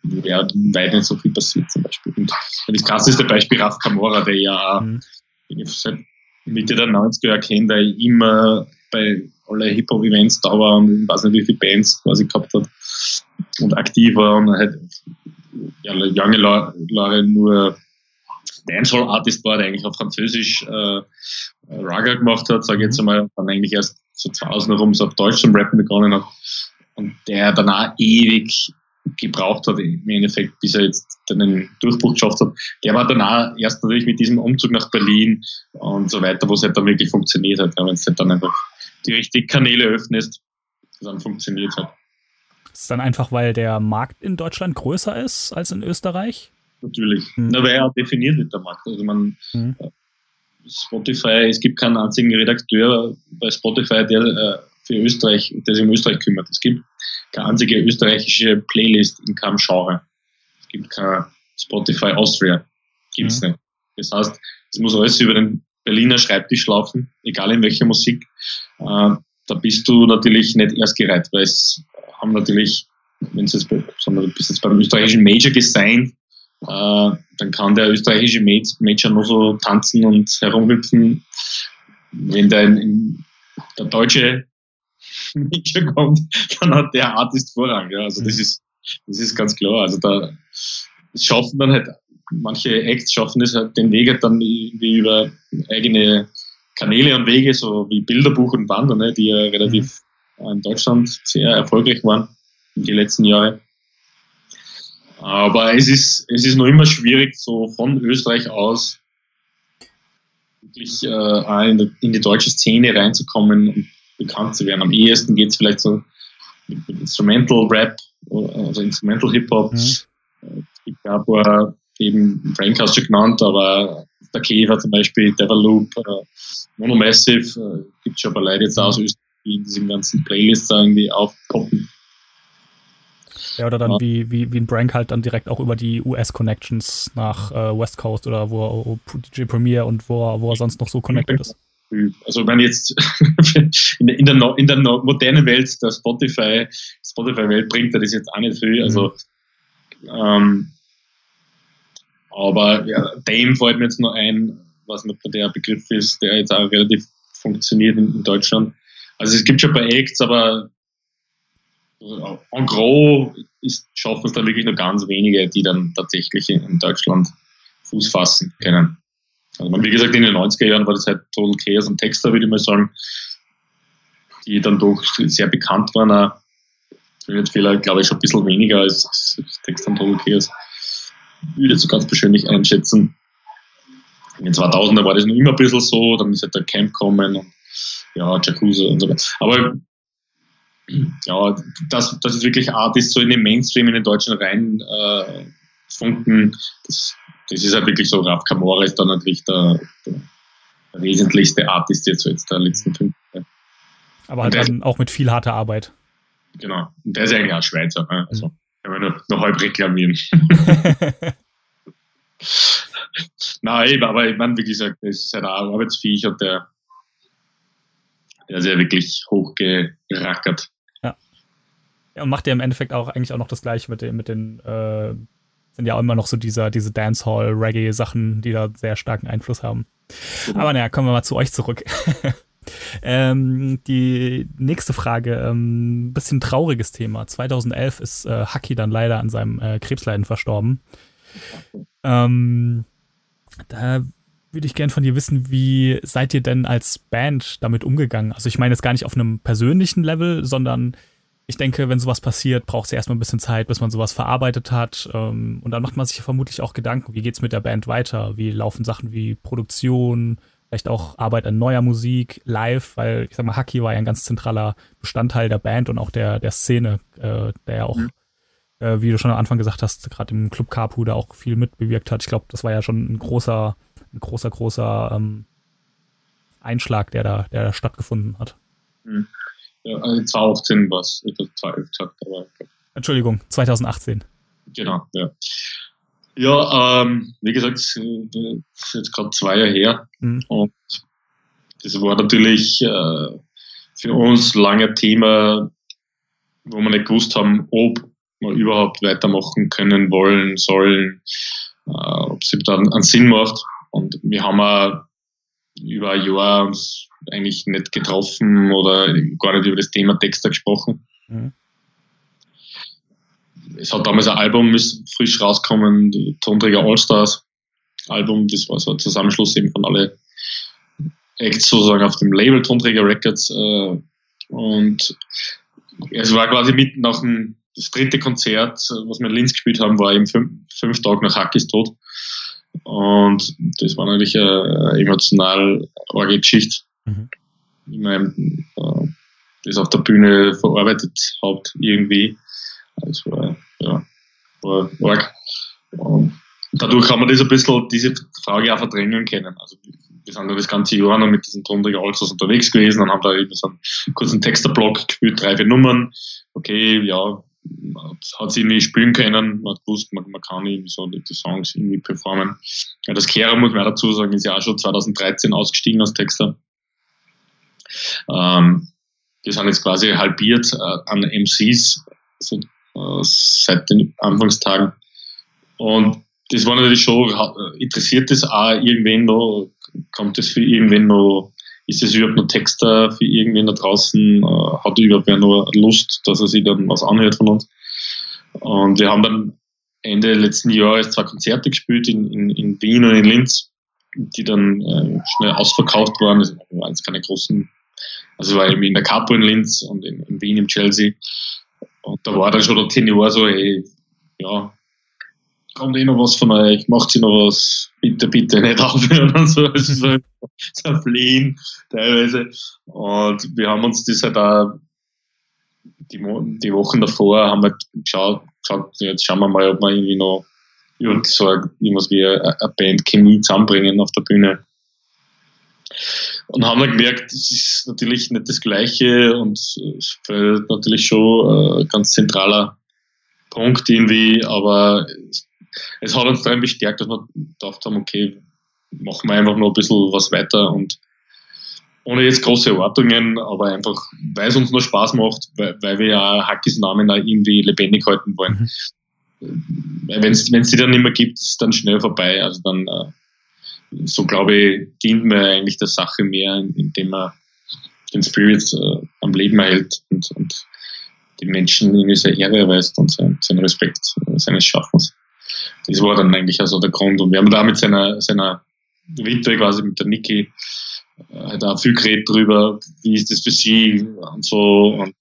wäre weit nicht so viel passiert zum Beispiel. Und das krasseste Beispiel Raf Camora, der ja auch seit Mitte der 90er Jahre kennt, der immer bei alle Hip-Hop-Events da war und ich weiß nicht, wie viele Bands quasi gehabt hat und aktiv war und halt lange Jahre nur Dancehall-Artist war, der eigentlich auf Französisch Raga gemacht hat, sage ich jetzt einmal, dann eigentlich erst so 2000 herum so auf Deutsch zum Rappen begonnen hat und der danach ewig gebraucht hat, im Endeffekt, bis er jetzt den Durchbruch geschafft hat. Der war danach erst natürlich mit diesem Umzug nach Berlin und so weiter, wo es halt dann wirklich funktioniert hat. Wenn es halt dann einfach die richtigen Kanäle öffnest, dann funktioniert hat. Ist es dann einfach, weil der Markt in Deutschland größer ist als in Österreich? Natürlich. Aber er definiert wird der Markt. Also Spotify, es gibt keinen einzigen Redakteur bei Spotify, der für Österreich, der sich um Österreich kümmert. Es gibt keine einzige österreichische Playlist in keinem Genre. Es gibt kein Spotify Austria. Gibt's nicht. Das heißt, es muss alles über den Berliner Schreibtisch laufen, egal in welcher Musik. Da bist du natürlich nicht erstgereiht, weil es haben natürlich, wenn es jetzt, sondern du bist jetzt beim österreichischen Major gesigned, dann kann der österreichische Major nur so tanzen und herumhüpfen. Wenn der deutsche Major kommt, dann hat der Artist Vorrang. Ja. Also das ist ganz klar. Also da schaffen dann halt, manche Acts schaffen es halt den Weg halt dann irgendwie über eigene Kanäle und Wege, so wie Bilderbuch und Wander, ne, die ja relativ in Deutschland sehr erfolgreich waren in die letzten Jahre. Aber es ist noch immer schwierig, so von Österreich aus wirklich in die deutsche Szene reinzukommen und bekannt zu werden. Am ehesten geht es vielleicht so mit Instrumental Rap, also Instrumental Hip-Hop. Es gibt ja ein paar, eben Frank hast du genannt, aber der Käfer zum Beispiel, Devalup, Monomassive, gibt es schon ein paar Leute jetzt aus Österreich, die in diesen ganzen Playlists irgendwie aufpoppen. Ja, oder dann wie ein Brank halt dann direkt auch über die US-Connections nach West Coast oder wo DJ Premier und wo er sonst noch so connected ist. Also wenn jetzt in der modernen Welt der Spotify-Welt bringt er das jetzt auch nicht viel. Also aber ja, Dame fällt mir jetzt noch ein, was nicht der Begriff ist, der jetzt auch relativ funktioniert in Deutschland. Also es gibt schon ein paar Acts, aber en gros schaffen es dann wirklich nur ganz wenige, die dann tatsächlich in Deutschland Fuß fassen können. Also wie gesagt, in den 90er Jahren war das halt Total Chaos und Texter, würde ich mal sagen, die dann doch sehr bekannt waren. Jetzt vielleicht, glaube ich, schon ein bisschen weniger als Texter und Total Chaos. Würde ich so ganz persönlich einschätzen. In den 2000er war das noch immer ein bisschen so, dann ist halt der Camp kommen und ja, Jacuzzi und so weiter. Aber ja, das ist wirklich Artists so in den Mainstream, in den Deutschen rein funken. Das ist halt wirklich so, Raf Camora ist dann natürlich der wesentlichste Artist jetzt der letzten 5 Jahre. Aber halt dann auch mit viel harter Arbeit. Genau. Und der ist eigentlich auch Schweizer. Ne? Also kann man noch halb reklamieren. Nein, aber ich meine, wie gesagt, das ist halt auch ein Arbeitsviech und der ist ja wirklich hochgerackert. Ja, und macht ja im Endeffekt auch eigentlich auch noch das Gleiche mit den sind ja auch immer noch so diese Dancehall-Reggae-Sachen, die da sehr starken Einfluss haben. Aber naja, kommen wir mal zu euch zurück. Die nächste Frage, ein bisschen trauriges Thema. 2011 ist Haki dann leider an seinem Krebsleiden verstorben. Da würde ich gern von dir wissen, wie seid ihr denn als Band damit umgegangen? Also ich meine jetzt gar nicht auf einem persönlichen Level, sondern ich denke, wenn sowas passiert, braucht es ja erstmal ein bisschen Zeit, bis man sowas verarbeitet hat. Und dann macht man sich vermutlich auch Gedanken, wie geht's mit der Band weiter? Wie laufen Sachen wie Produktion, vielleicht auch Arbeit an neuer Musik, live, weil ich sag mal, Haki war ja ein ganz zentraler Bestandteil der Band und auch der Szene, der ja auch, wie du schon am Anfang gesagt hast, gerade im Club Capu da auch viel mitbewirkt hat. Ich glaube, das war ja schon ein großer Einschlag, der da stattgefunden hat. Ja, also 2018 war es, ich habe 2011 gesagt, aber... Entschuldigung, 2018. Genau, ja. Ja, wie gesagt, das ist jetzt gerade 2 Jahre her und das war natürlich für uns lange Thema, wo wir nicht gewusst haben, ob wir überhaupt weitermachen können, wollen, sollen, ob es dann einen Sinn macht. Und wir haben auch über ein Jahr uns eigentlich nicht getroffen oder gar nicht über das Thema Texter gesprochen. Mhm. Es hat damals ein Album frisch rausgekommen, die Tonträger All-Stars Album, das war so ein Zusammenschluss eben von alle Acts sozusagen auf dem Label Tonträger Records, und es war quasi mitten nach das dritte Konzert, was wir in Linz gespielt haben, war eben 5 Tage nach Hackis Tod, und das war natürlich eine emotional arge Geschichte. Mhm. Ich meine, das auf der Bühne verarbeitet hat irgendwie. Das war arg. Und dadurch haben wir das ein bisschen, diese Frage auch verdrängen können. Also wir sind ja das ganze Jahr noch mit diesen Tonträger Allstars unterwegs gewesen und haben da eben so einen kurzen Texterblock gespielt, 3, 4 Nummern. Okay, ja, hat sie irgendwie spielen können, man hat gewusst, man kann irgendwie so die Songs irgendwie performen. Ja, das Kehrer, muss man auch dazu sagen, ist ja auch schon 2013 ausgestiegen als Texter. Die sind jetzt quasi halbiert an MCs, so, seit den Anfangstagen. Und das war natürlich schon, interessiert das auch irgendwen noch, kommt das für irgendwen noch, ist es überhaupt noch Texter für irgendwen da draußen, hat überhaupt wer noch Lust, dass er sich dann was anhört von uns. Und wir haben dann Ende letzten Jahres 2 Konzerte gespielt in Wien und in Linz, die dann schnell ausverkauft waren. Das waren jetzt keine großen, also war eben in der Capo in Linz und in Wien im Chelsea. Und da war dann schon der Tenor so, hey, ja, kommt noch was von euch, macht sie noch was, bitte, bitte nicht aufhören und so. Also so ein Flehen teilweise. Und wir haben uns das halt auch die Wochen davor haben wir geschaut, jetzt schauen wir mal, ob wir irgendwie noch so irgendwas wie eine Band Chemie zusammenbringen auf der Bühne. Und haben dann gemerkt, das ist natürlich nicht das Gleiche und es fällt natürlich schon ein ganz zentraler Punkt irgendwie, aber es hat uns daran bestärkt, dass wir gedacht haben, okay, machen wir einfach noch ein bisschen was weiter und ohne jetzt große Erwartungen, aber einfach, weil es uns noch Spaß macht, weil wir ja Hackis Namen auch irgendwie lebendig halten wollen. Wenn es die dann nicht mehr gibt, ist es dann schnell vorbei. Also dann, so glaube ich, dient man eigentlich der Sache mehr, indem man den Spirit am Leben erhält und den Menschen irgendwie seine Ehre erweist und seinen Respekt seines Schaffens. Das war dann eigentlich also der Grund. Und wir haben da mit seiner Witwe quasi, mit der Niki, halt auch viel geredet drüber, wie ist das für sie und so. Und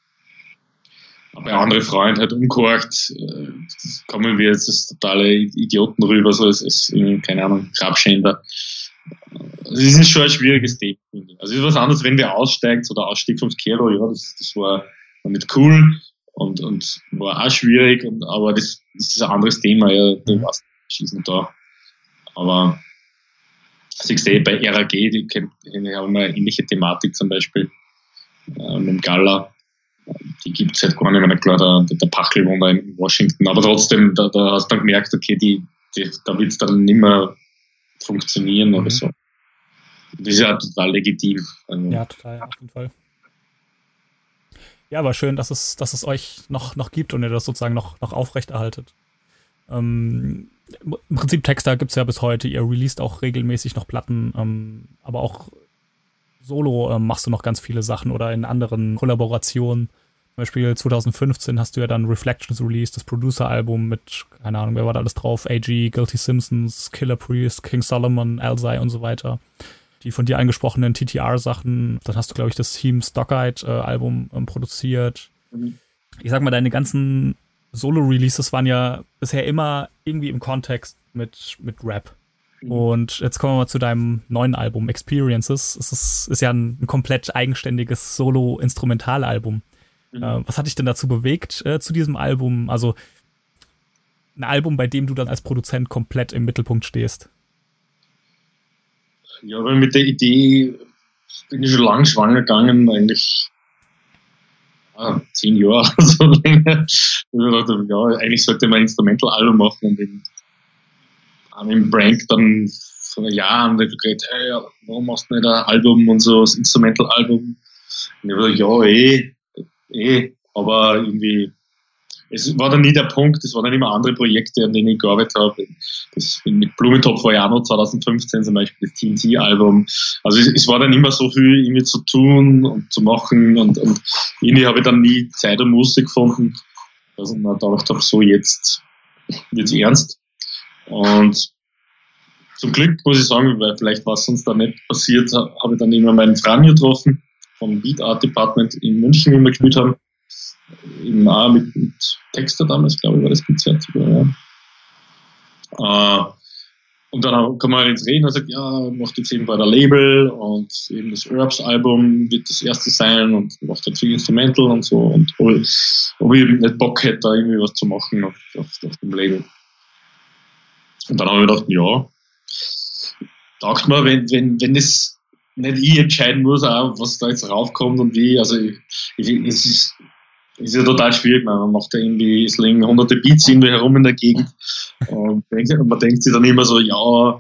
bei anderen Freunden halt umgehorcht, kommen wir jetzt als totale Idioten rüber, so als keine Ahnung, Grabschänder. Also es ist schon ein schwieriges Thema. Also es ist was anderes, wenn der aussteigt, so der Ausstieg vom Skero, ja, das war nicht cool und war auch schwierig, aber das ist ein anderes Thema, ja, du weißt, schießen da. Aber also ich sehe bei RAG, die haben eine ähnliche Thematik zum Beispiel, mit dem Gala. Die gibt es halt gar nicht mehr, klar, der Pachel wohnt da in Washington, aber trotzdem, da hast du dann gemerkt, okay, da wird es dann nicht mehr funktionieren oder so. Das ist ja total legitim. Also. Ja, total, auf jeden Fall. Ja, aber schön, dass es euch noch gibt und ihr das sozusagen noch aufrechterhaltet. Im Prinzip Texter gibt es ja bis heute, ihr released auch regelmäßig noch Platten, aber auch solo machst du noch ganz viele Sachen oder in anderen Kollaborationen. Zum Beispiel 2015 hast du ja dann Reflections released, das Producer-Album mit, keine Ahnung, wer war da alles drauf, AG, Guilty Simpsons, Killer Priest, King Solomon, Elzai und so weiter. Die von dir angesprochenen TTR-Sachen. Dann hast du, glaube ich, das Team Stockite-Album produziert. Mhm. Ich sag mal, deine ganzen Solo-Releases waren ja bisher immer irgendwie im Kontext mit Rap. Mhm. Und jetzt kommen wir mal zu deinem neuen Album, Experiences. Es ist ja ein komplett eigenständiges Solo-Instrumentalalbum. Mhm. Was hat dich denn dazu bewegt, zu diesem Album? Also ein Album, bei dem du dann als Produzent komplett im Mittelpunkt stehst. Ja, aber mit der Idee bin ich schon lange schwanger gegangen, eigentlich 10 Jahre oder so länger. Und ich dachte, ja, eigentlich sollte man ein Instrumental-Album machen und haben im Prank dann vor Jahren gesagt, hey, warum machst du nicht ein Album und so, das Instrumental-Album? Und ich dachte, ja, aber irgendwie, es war dann nie der Punkt, es waren dann immer andere Projekte, an denen ich gearbeitet habe. Mit Blumentopf war ja auch noch 2015 zum Beispiel das TNT-Album. Also es war dann immer so viel irgendwie zu tun und zu machen und irgendwie habe ich dann nie Zeit und Musik gefunden, dass ich mir gedacht habe, so jetzt wird's ernst. Und zum Glück muss ich sagen, weil vielleicht was sonst da nicht passiert, habe ich dann immer meinen Franjo getroffen vom Beat Art Department in München, wie wir gespielt haben. Eben auch mit Texter damals, glaube ich, war das Konzert. Ja. Und dann kommen wir halt ins Reden und sagt, ja, macht jetzt eben bei der Label und eben das Herbs-Album wird das erste sein und macht halt viel Instrumental und so und ob ich nicht Bock hätte, da irgendwie was zu machen auf dem Label. Und dann habe ich gedacht, ja, taugt mir, wenn das nicht ich entscheiden muss, auch was da jetzt raufkommt und wie, also es ist ja total schwierig, man macht ja irgendwie, es liegen hunderte Beats irgendwie herum in der Gegend und man denkt sich dann immer so, ja,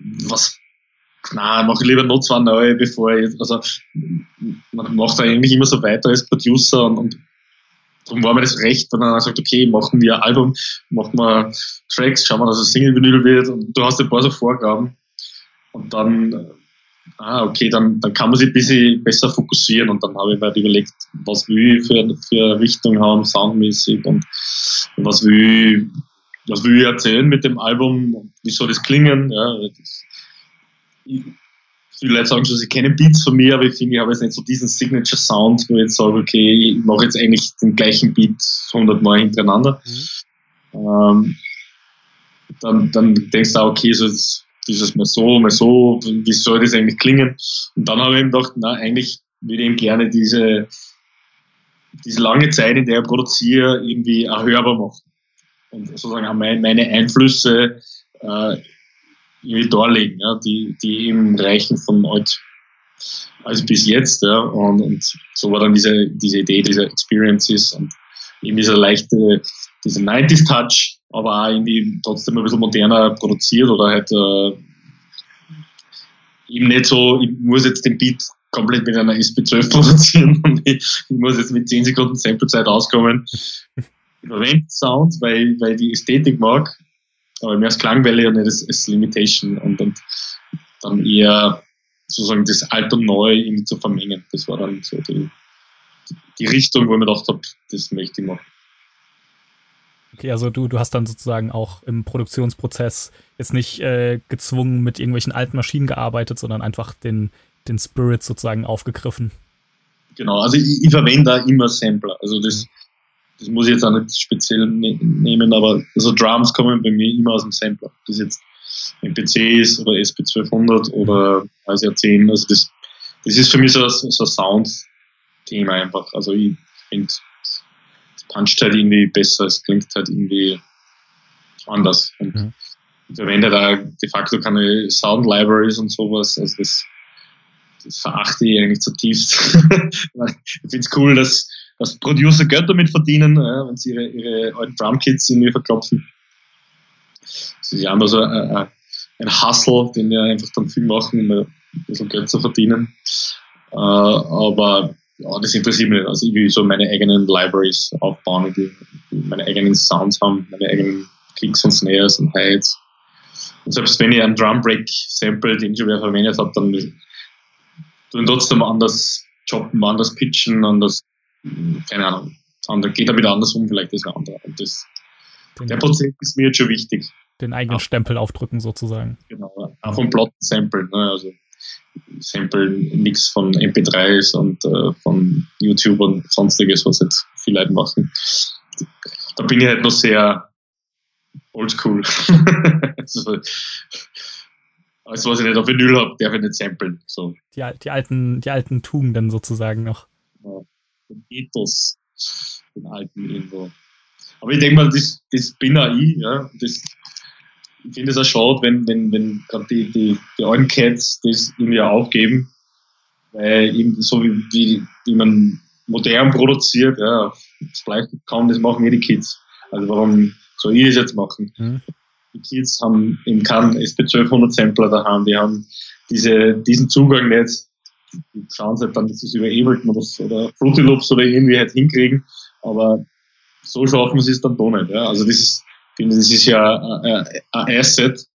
mach ich lieber noch 2 neue, bevor ich, also man macht da eigentlich immer so weiter als Producer und darum war mir das recht, wenn man sagt, okay, machen wir ein Album, machen wir Tracks, schauen wir, dass es Single-Vinyl wird und du hast ein paar so Vorgaben und dann okay, dann kann man sich ein bisschen besser fokussieren und dann habe ich mir halt überlegt, was will ich für eine Richtung haben, soundmäßig und was will ich erzählen mit dem Album und wie soll das klingen. Ja, viele Leute sagen schon, sie kennen Beats von mir, aber ich finde, ich habe jetzt nicht so diesen Signature-Sound, wo ich jetzt sage, okay, ich mache jetzt eigentlich den gleichen Beat 100 Mal hintereinander. Dann denkst du auch, okay, so dieses mal so, wie soll das eigentlich klingen? Und dann habe ich eben gedacht, eigentlich würde ich eben gerne diese lange Zeit, in der ich produziere, irgendwie auch hörbar machen. Und sozusagen auch meine Einflüsse irgendwie darlegen, ja, die eben reichen von alt also bis jetzt. Ja, und so war dann diese Idee dieser Experiences und eben dieser leichte, dieser 90s-Touch, aber auch irgendwie trotzdem ein bisschen moderner produziert oder halt eben nicht so, ich muss jetzt den Beat komplett mit einer SP12 produzieren und ich muss jetzt mit 10 Sekunden Samplezeit auskommen. Ich verwende Sound, weil ich die Ästhetik mag, aber mehr als Klangwelle und nicht als Limitation und dann eher sozusagen das Alt und Neu irgendwie zu vermengen. Das war dann so die Richtung, wo ich mir gedacht habe, das möchte ich machen. Okay, also du hast dann sozusagen auch im Produktionsprozess jetzt nicht gezwungen mit irgendwelchen alten Maschinen gearbeitet, sondern einfach den Spirit sozusagen aufgegriffen. Genau, also ich verwende da immer Sampler. Also das muss ich jetzt auch nicht speziell nehmen, aber also Drums kommen bei mir immer aus dem Sampler. Das jetzt MPC ist oder SP1200 oder ASR10. Also das ist für mich so ein Sound-Thema einfach. Also ich finde, es puncht halt irgendwie besser, es klingt halt irgendwie anders. Und ich verwende da de facto keine Sound-Libraries und sowas. Also das verachte ich eigentlich zutiefst. Ich finde es cool, dass Producer Geld damit verdienen, wenn sie ihre alten Drumkits irgendwie verklopfen. Das ist ja einfach so ein Hustle, den wir einfach dann viel machen, um ein bisschen Geld zu verdienen. Aber ja, das interessiert mich nicht. Also ich will so meine eigenen Libraries aufbauen, die meine eigenen Sounds haben, meine eigenen Kicks und Snares und Hi-Hats. Und selbst wenn ich einen Drumbreak-Sample, den ich schon wieder verwendet habe, dann tue ich trotzdem anders choppen, anders pitchen, anders, keine Ahnung, geht damit anders um, vielleicht ist ein anderer. Und der Prozess ist mir jetzt schon wichtig. Den eigenen Stempel aufdrücken sozusagen. Genau, auch vom Platten samplen, ne? Also Sample nichts von MP3s und von YouTube und sonstiges, was jetzt viele Leute machen. Da bin ich halt noch sehr oldschool. Also, alles, was ich nicht auf Vinyl habe, darf ich nicht samplen. So. Die alten Tugenden sozusagen noch. Ja, den Ethos, den alten irgendwo. Aber ich denke mal, das bin auch ich, ja. Ich finde es auch schade, wenn gerade die alten Cats das irgendwie aufgeben, weil eben so wie man modern produziert, ja, vielleicht kaum das machen die Kids. Also warum soll ich das jetzt machen? Die Kids haben eben keinen SP1200 Sampler daheim, die haben diesen Zugang nicht, die schauen halt dann, dass sie es über Ableton oder Fruity Loops oder irgendwie halt hinkriegen, aber so schaffen sie es dann doch nicht. Ja? Also das ist ja ein Asset,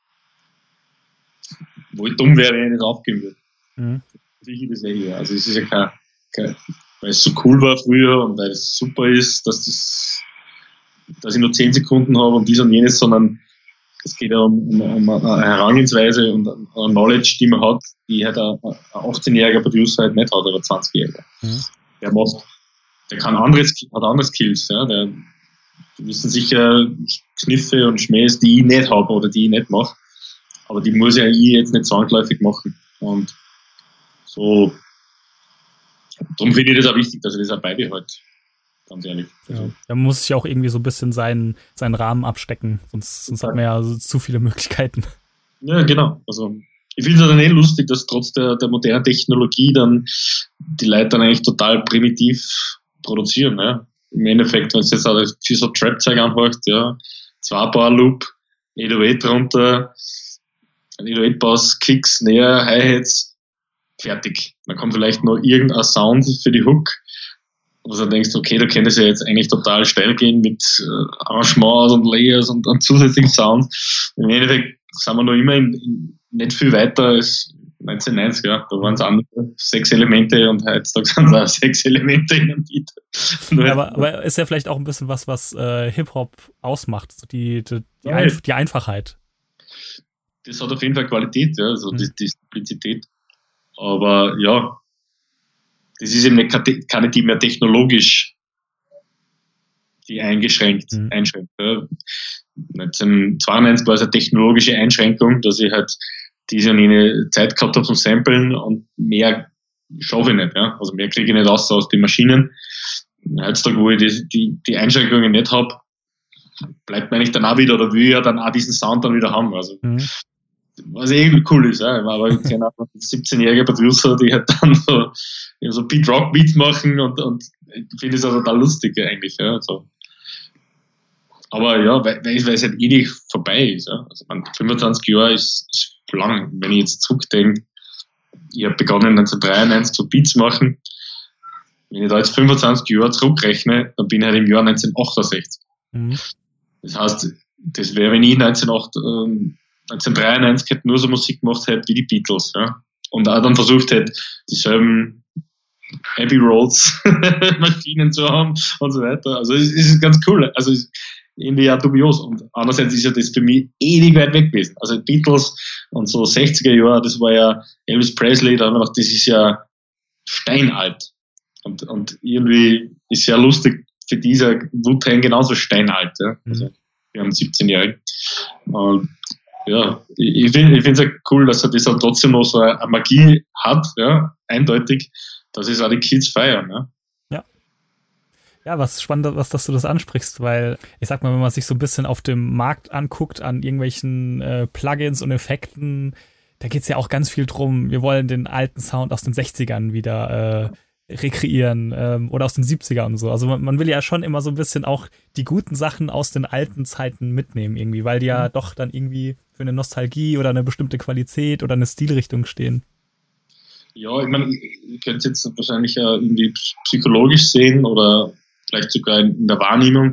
wo ich dumm wäre, wenn ich nicht aufgeben würde. Mhm. Ich das hier. Also es ist ja kein, weil es so cool war früher und weil es super ist, dass ich nur 10 Sekunden habe und dies und jenes, sondern es geht ja um eine Herangehensweise und eine Knowledge, die man hat, die halt ein 18-jähriger Producer halt nicht hat, oder 20-jähriger. Mhm. Der hat andere Skills, ja, die wissen sicher Kniffe und Schmähs, die ich nicht habe oder die ich nicht mache, aber die muss ja ich jetzt nicht zwangsläufig machen. Und so, darum finde ich das auch wichtig, dass ich das auch beibehalte. Ganz ehrlich. Ja. Man muss sich auch irgendwie so ein bisschen seinen Rahmen abstecken, sonst hat man ja so zu viele Möglichkeiten. Ja, genau. Also ich finde es dann lustig, dass trotz der modernen Technologie dann die Leute dann eigentlich total primitiv produzieren. Ja. Im Endeffekt, wenn es jetzt auch für so Trap-Zeug anhört, ja, 2-Bar-Loop, 808 drunter, ein 808-Bass, Kicks, Snare, Hi-Hats, fertig. Dann kommt vielleicht noch irgendein Sound für die Hook, wo du denkst, okay, da könnte es ja jetzt eigentlich total steil gehen mit Arrangements und Layers und zusätzlichen Sounds. Im Endeffekt sind wir noch immer nicht viel weiter als 1990, ja. Da waren es andere 6 Elemente und heutzutage sind es auch 6 Elemente in einem Beat. Ja, aber ist ja vielleicht auch ein bisschen was Hip-Hop ausmacht, so die Einfachheit. Das hat auf jeden Fall Qualität, ja, also die Simplizität. Aber ja, das ist eben keine, die mehr technologisch die einschränkt. Ja. 1992 war es eine technologische Einschränkung, dass ich halt diese und jene Zeit gehabt habe zum Samplen und mehr schaffe ich nicht. Ja? Also mehr kriege ich nicht aus den Maschinen. Heutzutage, wo ich die Einschränkungen nicht habe, bleibt mir eigentlich dann auch wieder oder will ja dann auch diesen Sound dann wieder haben. Also was cool ist, ja. Aber ich kenne auch 17-jährige Producer, die halt dann so Beat-Rock-Beats machen und ich finde es auch total lustig eigentlich, ja. So. Aber ja, weil es halt nicht vorbei ist, ja. Also 25 Jahre ist lang. Wenn ich jetzt zurückdenke, ich habe begonnen 1993 so Beats zu machen. Wenn ich da jetzt 25 Jahre zurückrechne, dann bin ich halt im Jahr 1968. Mhm. Das heißt, das wäre, wenn ich 1993 hätte nur so Musik gemacht hätte wie die Beatles, ja. Und auch dann versucht hätte, dieselben Abbey Roads Maschinen zu haben und so weiter. Also es ist ganz cool. Also irgendwie auch dubios. Und andererseits ist ja das für mich ewig weit weg gewesen. Also Beatles und so 60er Jahre, das war ja Elvis Presley, da haben wir gedacht, das ist ja steinalt. Und irgendwie ist ja lustig, für dieser Wu-Tang genauso steinalt. Ja. Also wir haben 17-Jährige. Und ja, ich finde es ja cool, dass er das auch trotzdem noch so eine Magie hat, ja, eindeutig, dass es auch die Kids feiern. Ja. Ja, was spannend, dass du das ansprichst, weil ich sag mal, wenn man sich so ein bisschen auf dem Markt anguckt, an irgendwelchen Plugins und Effekten, da geht es ja auch ganz viel drum, wir wollen den alten Sound aus den 60ern wieder rekreieren oder aus den 70ern und so. Also man will ja schon immer so ein bisschen auch die guten Sachen aus den alten Zeiten mitnehmen irgendwie, weil die ja doch dann irgendwie für eine Nostalgie oder eine bestimmte Qualität oder eine Stilrichtung stehen. Ja, ich meine, ihr könnt es jetzt wahrscheinlich ja irgendwie psychologisch sehen oder vielleicht sogar in der Wahrnehmung,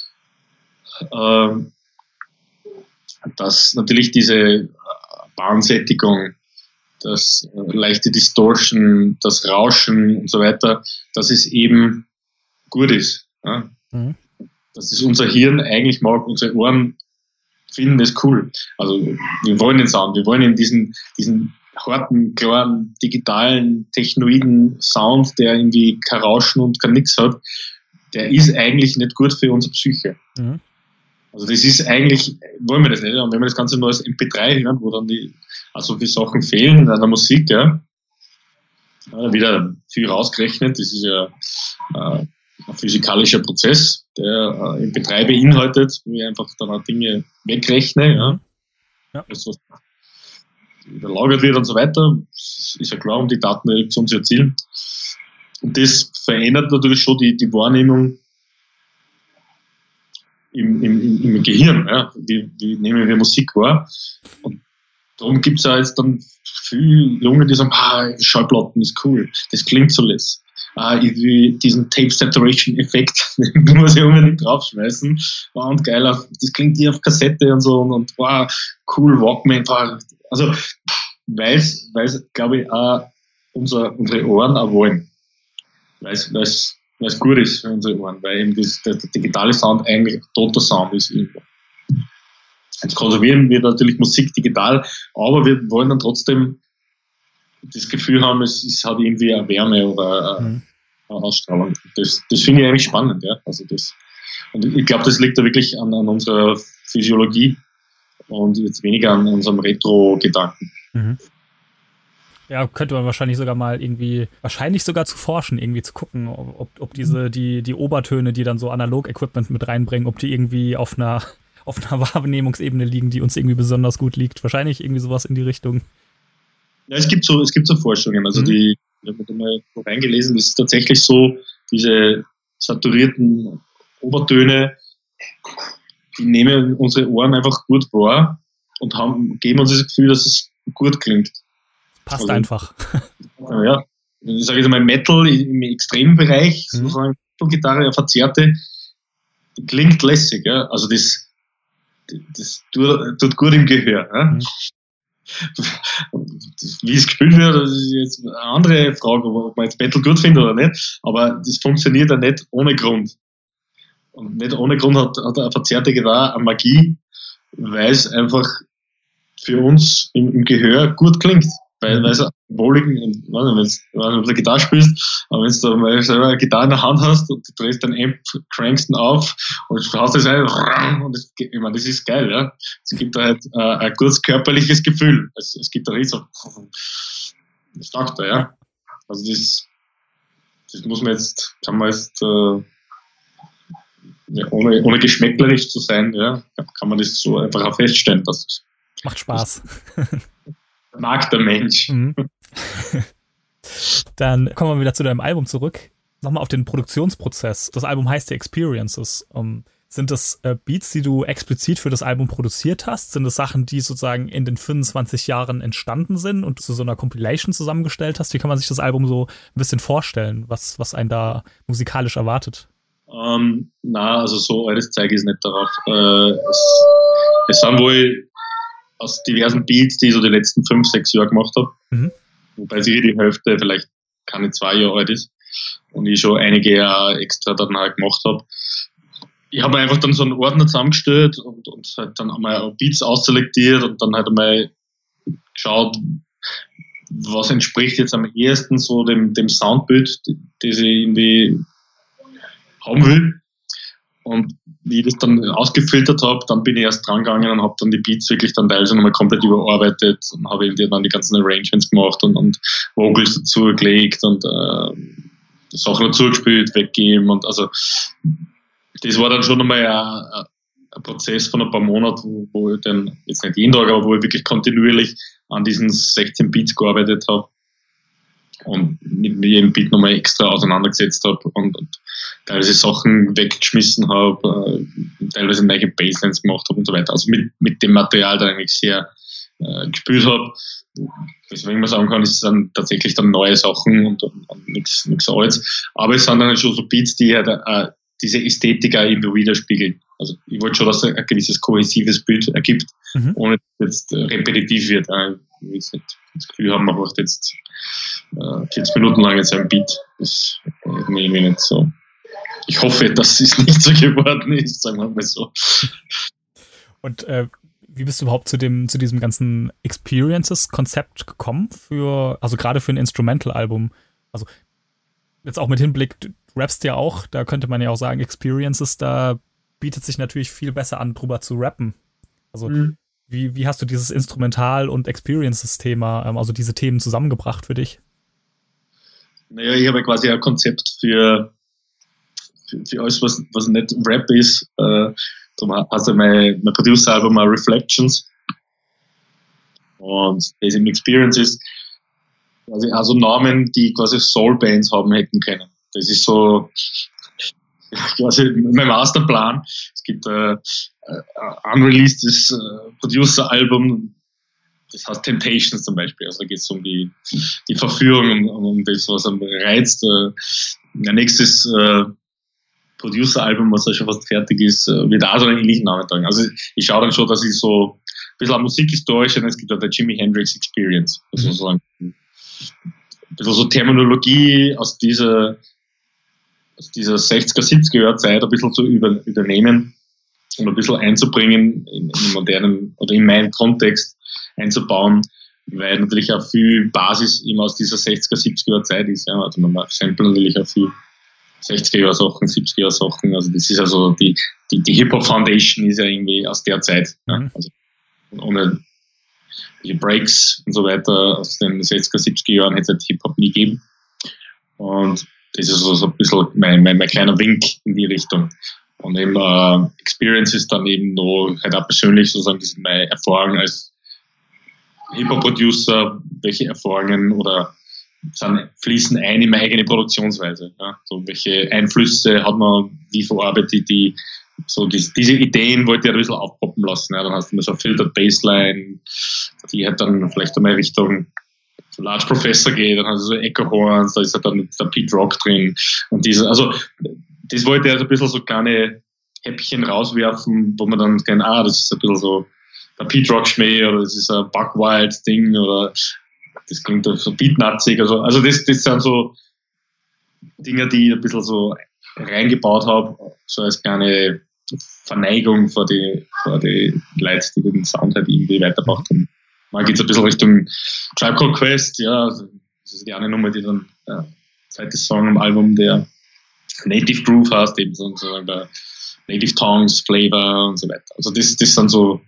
dass natürlich diese Bahnsättigung, das leichte Distortion, das Rauschen und so weiter, dass es eben gut ist. Ja? Mhm. Dass es unser Hirn eigentlich mag, unsere Ohren finden das cool. Also wir wollen den Sound, wir wollen in diesen harten, klaren, digitalen, technoiden Sound, der irgendwie kein Rauschen und kein Nix hat, der ist eigentlich nicht gut für unsere Psyche. Mhm. Also das ist eigentlich, wollen wir das nicht. Und wenn wir das Ganze nur als MP3 hören, wo dann also viele Sachen fehlen in einer Musik, ja, wieder viel rausgerechnet, das ist ja ein physikalischer Prozess, der MP3 beinhaltet, wo ich einfach dann auch Dinge wegrechne, ja. Das, was überlagert wird und so weiter, ist ja klar, um die Datenreduktion zu erzielen. Und das verändert natürlich schon die Wahrnehmung im Gehirn. Ja. Wie nehmen wir Musik wahr? Und darum gibt es ja jetzt dann viele Junge, die sagen, Schallplatten ist cool, das klingt so lässig. irgendwie diesen Tape-Saturation-Effekt, den muss ich unbedingt draufschmeißen. Wow, und geil, das klingt wie auf Kassette und so und wow, cool, Walkman. Also, weil es, glaube ich, auch unsere Ohren auch wollen. Weil es gut ist für unsere Ohren, weil eben der digitale Sound eigentlich ein toter Sound ist. Jetzt konsumieren wir natürlich Musik digital, aber wir wollen dann trotzdem das Gefühl haben, es hat irgendwie eine Wärme oder eine Ausstrahlung. Das finde ich eigentlich spannend. Ja? Also und ich glaube, das liegt da wirklich an unserer Physiologie und jetzt weniger an unserem Retro-Gedanken. Mhm. Ja, könnte man wahrscheinlich sogar zu forschen, irgendwie zu gucken, ob die Obertöne, die dann so Analog-Equipment mit reinbringen, ob die irgendwie auf einer Wahrnehmungsebene liegen, die uns irgendwie besonders gut liegt. Wahrscheinlich irgendwie sowas in die Richtung. Ja, es gibt so Forschungen, also ich habe mal reingelesen, es ist tatsächlich so, diese saturierten Obertöne, die nehmen unsere Ohren einfach gut wahr und geben uns das Gefühl, dass es gut klingt. Passt also, einfach. Ja, ich sage jetzt mal Metal im extremen Bereich, sozusagen Gitarre, verzerrte, die klingt lässig, ja, also das tut gut im Gehör. Ja? Wie es gespielt wird, das ist jetzt eine andere Frage, ob man jetzt Metal gut findet oder nicht, aber das funktioniert ja nicht ohne Grund. Und nicht ohne Grund hat eine verzerrte Gitarre eine Magie, weil es einfach für uns im Gehör gut klingt. Weil es wohligen, wenn du auf der Gitarre spielst, aber wenn du mal selber eine Gitarre in der Hand hast und du drehst dein Amp, crankst ihn auf und du hast das ein und ich meine, das ist geil, ja. Es gibt da halt ein gutes körperliches Gefühl. Es gibt da so, das taugt da, ja. Also das kann man jetzt ohne geschmäcklerisch zu sein, ja, kann man das so einfach auch feststellen, dass es macht Spaß. Mag der Mensch. Mhm. Dann kommen wir wieder zu deinem Album zurück. Nochmal auf den Produktionsprozess. Das Album heißt ja Experiences. Sind das Beats, die du explizit für das Album produziert hast? Sind das Sachen, die sozusagen in den 25 Jahren entstanden sind und zu so einer Compilation zusammengestellt hast? Wie kann man sich das Album so ein bisschen vorstellen, was einen da musikalisch erwartet? Also so altes Zeug ist nicht darauf. Es sind wohl aus diversen Beats, die ich so die letzten 5, 6 Jahre gemacht habe. Wobei sicher die Hälfte vielleicht keine 2 Jahre alt ist und ich schon einige Jahre extra dann halt gemacht habe. Ich habe einfach dann so einen Ordner zusammengestellt und halt dann einmal Beats ausselektiert und dann halt einmal geschaut, was entspricht jetzt am ehesten so dem Soundbild, das ich irgendwie haben will. Und wie ich das dann ausgefiltert habe, dann bin ich erst dran gegangen und habe dann die Beats wirklich dann teilweise nochmal komplett überarbeitet und habe eben dann die ganzen Arrangements gemacht und Vocals dazu gelegt und Sachen dazu gespielt, weggegeben und also das war dann schon nochmal ein Prozess von ein paar Monaten, wo ich dann, jetzt nicht jeden Tag, aber wo ich wirklich kontinuierlich an diesen 16 Beats gearbeitet habe und mit jedem Beat nochmal extra auseinandergesetzt habe und teilweise Sachen weggeschmissen habe, teilweise neue Basslines gemacht habe und so weiter. Also mit dem Material dann eigentlich sehr gespielt habe. Deswegen man sagen kann, es sind tatsächlich dann neue Sachen und nichts Altes. Aber es sind dann schon so Beats, die halt diese Ästhetik auch irgendwie widerspiegeln. Also ich wollte schon, dass es ein gewisses kohäsives Bild ergibt, ohne dass es jetzt repetitiv wird. Ich will jetzt nicht das Gefühl haben, man macht jetzt 40 Minuten lang jetzt ein Beat. Das ist irgendwie nicht so. Ich hoffe, dass es nicht so geworden ist, sagen wir mal so. Und wie bist du überhaupt zu diesem ganzen Experiences-Konzept gekommen, also gerade für ein Instrumental-Album? Also jetzt auch mit Hinblick, du rappst ja auch, da könnte man ja auch sagen, Experiences, da bietet sich natürlich viel besser an, drüber zu rappen. Also wie hast du dieses Instrumental- und Experiences-Thema, also diese Themen zusammengebracht für dich? Naja, ich habe quasi ein Konzept für alles, was nicht Rap ist. Darum heißt ja mein Producer-Album Reflections. Und das im Experiences quasi also Namen, die quasi Soul-Bands haben hätten können. Das ist so quasi mein Masterplan. Es gibt ein unreleasedes Producer-Album das heißt Temptations zum Beispiel, also da geht es um die Verführung, um das, was am reizt. Ein nächstes Producer-Album, was ja schon fast fertig ist, wird auch so einen ähnlichen Namen tragen. Also ich schaue dann schon, dass ich so ein bisschen an musikhistorisch, und es gibt auch der Jimi Hendrix Experience, also so ein bisschen so Terminologie aus dieser 60er, 70er Zeit ein bisschen zu übernehmen und ein bisschen einzubringen in den modernen oder in meinen Kontext einzubauen, weil natürlich auch viel Basis immer aus dieser 60er, 70er Zeit ist. Ja. Also man samplet natürlich auch viel 60er Sachen, 70er Sachen. Also das ist also die Hip-Hop Foundation ist ja irgendwie aus der Zeit. Ja. Also ohne die Breaks und so weiter aus den 60er, 70er Jahren hätte es Hip-Hop nie gegeben. Und das ist so ein bisschen mein kleiner Wink in die Richtung. Und eben Experience ist dann eben noch halt auch persönlich sozusagen, das sind meine Erfahrungen als Hip-Hop-Producer, welche Erfahrungen oder fließen ein in meine eigene Produktionsweise. Ja? So, welche Einflüsse hat man, wie verarbeitet die, so diese Ideen wollte ich ein bisschen aufpoppen lassen. Ja? Dann hast du mal so Filtered Bassline, die halt dann vielleicht einmal Richtung Large Professor geht, dann hast du so Echo Horns, da ist halt dann der Pete Rock drin und also das wollte ich also ein bisschen so kleine Häppchen rauswerfen, wo man dann kennt, das ist ein bisschen so der Pete Rock Schmäh oder das ist ein Buck Wild Ding oder das klingt so beatnatzig, also das sind so Dinge, die ich ein bisschen so reingebaut habe, so als kleine Verneigung vor die Leute, die den Sound halt irgendwie weitergebracht haben. Mal geht es ein bisschen Richtung Tribe Called Quest, ja, also das ist die eine Nummer, die dann der zweite Song am Album, der Native Groove heißt, eben sozusagen der Native Tongues, Flavor und so weiter. Also das sind so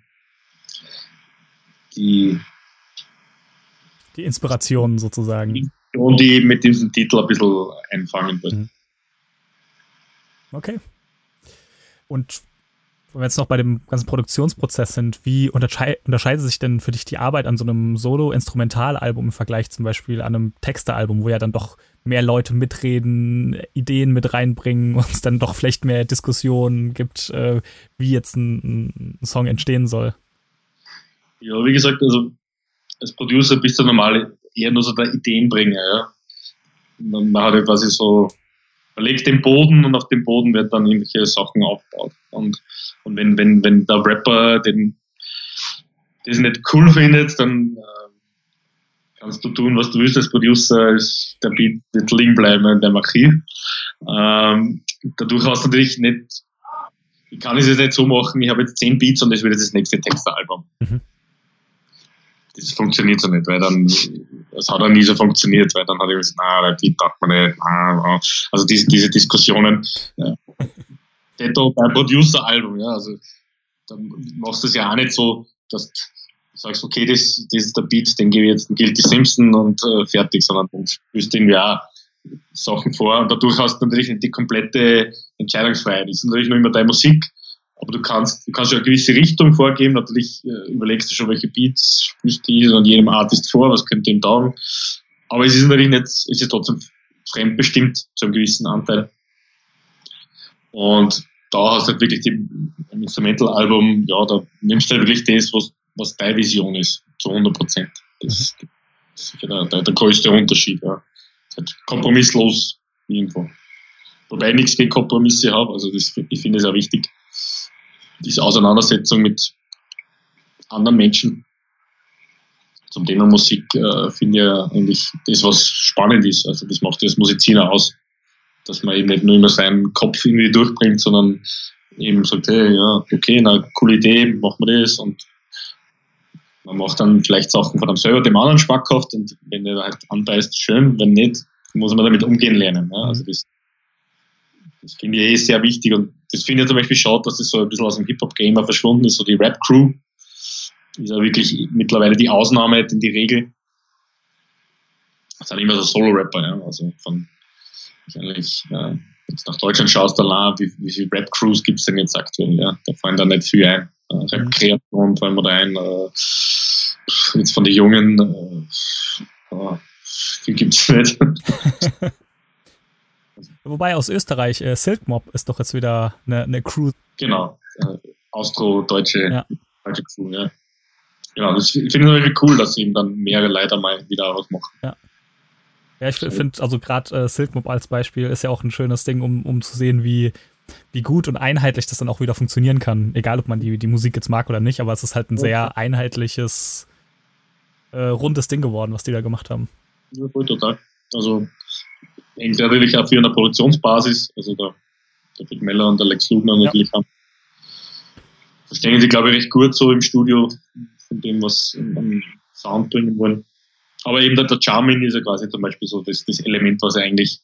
die Inspirationen sozusagen. Und die mit diesem Titel ein bisschen einfangen wollen. Okay. Und wenn wir jetzt noch bei dem ganzen Produktionsprozess sind, wie unterscheidet sich denn für dich die Arbeit an so einem Solo-Instrumentalalbum im Vergleich zum Beispiel an einem Texteralbum, wo ja dann doch mehr Leute mitreden, Ideen mit reinbringen und es dann doch vielleicht mehr Diskussionen gibt, wie jetzt ein Song entstehen soll? Ja, wie gesagt, also als Producer bist du normal eher nur so der Ideenbringer. Ja? Man hat ja quasi so, man legt den Boden und auf dem Boden wird dann irgendwelche Sachen aufgebaut. Und wenn der Rapper das nicht cool findet, dann kannst du tun, was du willst als Producer, der Beat wird liegen bleiben in deinem Archiv. Dadurch hast du natürlich nicht, ich kann es jetzt nicht so machen, ich habe jetzt 10 Beats und das wird jetzt das nächste Texteralbum. Das funktioniert so nicht, weil das hat dann nie so funktioniert, weil dann hat ich gesagt, der Beat taugt man nicht, also diese Diskussionen, ja. Beim Producer-Album, ja, also dann machst du es ja auch nicht so, dass du sagst, okay, das ist der Beat, den gebe ich jetzt Guilty Simpson und fertig, sondern du spielst irgendwie auch Sachen vor und dadurch hast du natürlich nicht die komplette Entscheidungsfreiheit. Das ist natürlich noch immer deine Musik, aber du kannst ja eine gewisse Richtung vorgeben, natürlich überlegst du schon, welche Beats spielst du und jedem Artist vor, was könnte ihm taugen, aber es ist natürlich nicht, es ist trotzdem fremdbestimmt zu einem gewissen Anteil. Und da hast du halt wirklich im Instrumental-Album, ja, da nimmst du halt wirklich das, was deine Vision ist, zu 100%. Das ist sicher der größte Unterschied. Ja. Halt kompromisslos irgendwo. Wobei ich nichts gegen Kompromisse habe, also ich finde es auch wichtig. Diese Auseinandersetzung mit anderen Menschen zum Thema Musik finde ich ja eigentlich das, was spannend ist. Also das macht das Musizieren aus. Dass man eben nicht nur immer seinen Kopf irgendwie durchbringt, sondern eben sagt, hey, ja, okay, na, coole Idee, machen wir das und man macht dann vielleicht Sachen von einem selber dem anderen schmackhaft und wenn der halt anbeißt, schön, wenn nicht, muss man damit umgehen lernen. Ja? Also das finde ich sehr wichtig und das finde ich zum Beispiel schade, dass das so ein bisschen aus dem Hip-Hop-Game verschwunden ist, so die Rap-Crew ist ja wirklich mittlerweile die Ausnahme in die Regel. Das sind immer so Solo-Rapper, ja, also von wahrscheinlich, jetzt nach Deutschland schaust, allein, wie viele Rap-Crews gibt es denn jetzt aktuell? Ja? Da fallen da nicht viel ein. Rap-Kreation fallen mir da ein. Jetzt von den Jungen, viel gibt es nicht. Wobei aus Österreich, Silk Mob ist doch jetzt wieder eine Crew. Genau, Austro-deutsche Crew, ja. Ja, das finde ich natürlich cool, dass eben dann mehrere Leute mal wieder was machen. Ja, ich finde, also gerade Silk Mob als Beispiel ist ja auch ein schönes Ding, um zu sehen, wie gut und einheitlich das dann auch wieder funktionieren kann. Egal, ob man die Musik jetzt mag oder nicht, aber es ist halt ein sehr einheitliches, rundes Ding geworden, was die da gemacht haben. Ja, voll total. Also, hängt natürlich auch für eine Produktionsbasis, also der Phil Meller und der Lex Lugner natürlich haben. Verstehen sie, glaube ich, recht gut so im Studio von dem, was am Sound bringen wollen. Aber eben der Charmin ist ja quasi zum Beispiel so das Element, was er eigentlich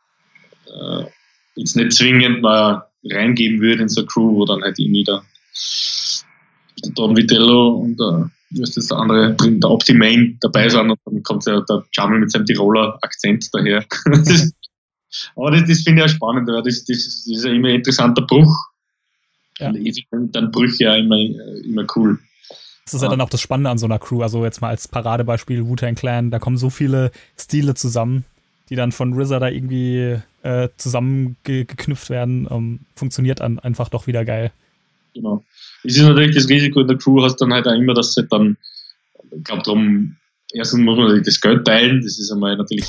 jetzt nicht zwingend mal reingeben würde in so eine Crew, wo dann halt irgendwie der Don Vitello und was ist der andere, der Optimane dabei sind und dann kommt der Charmin mit seinem Tiroler Akzent daher. Aber das finde ich auch spannend, weil das ist ja immer ein interessanter Bruch. Ja. Und ich finde dann Brüche ja immer cool. Das ist ja dann auch das Spannende an so einer Crew, also jetzt mal als Paradebeispiel Wu-Tang Clan, da kommen so viele Stile zusammen, die dann von RZA da irgendwie zusammengeknüpft werden, funktioniert dann einfach doch wieder geil. Genau. Es ist natürlich das Risiko in der Crew, hast dann halt auch immer, dass halt dann, ich glaube darum, erstens muss man natürlich das Geld teilen, das ist einmal natürlich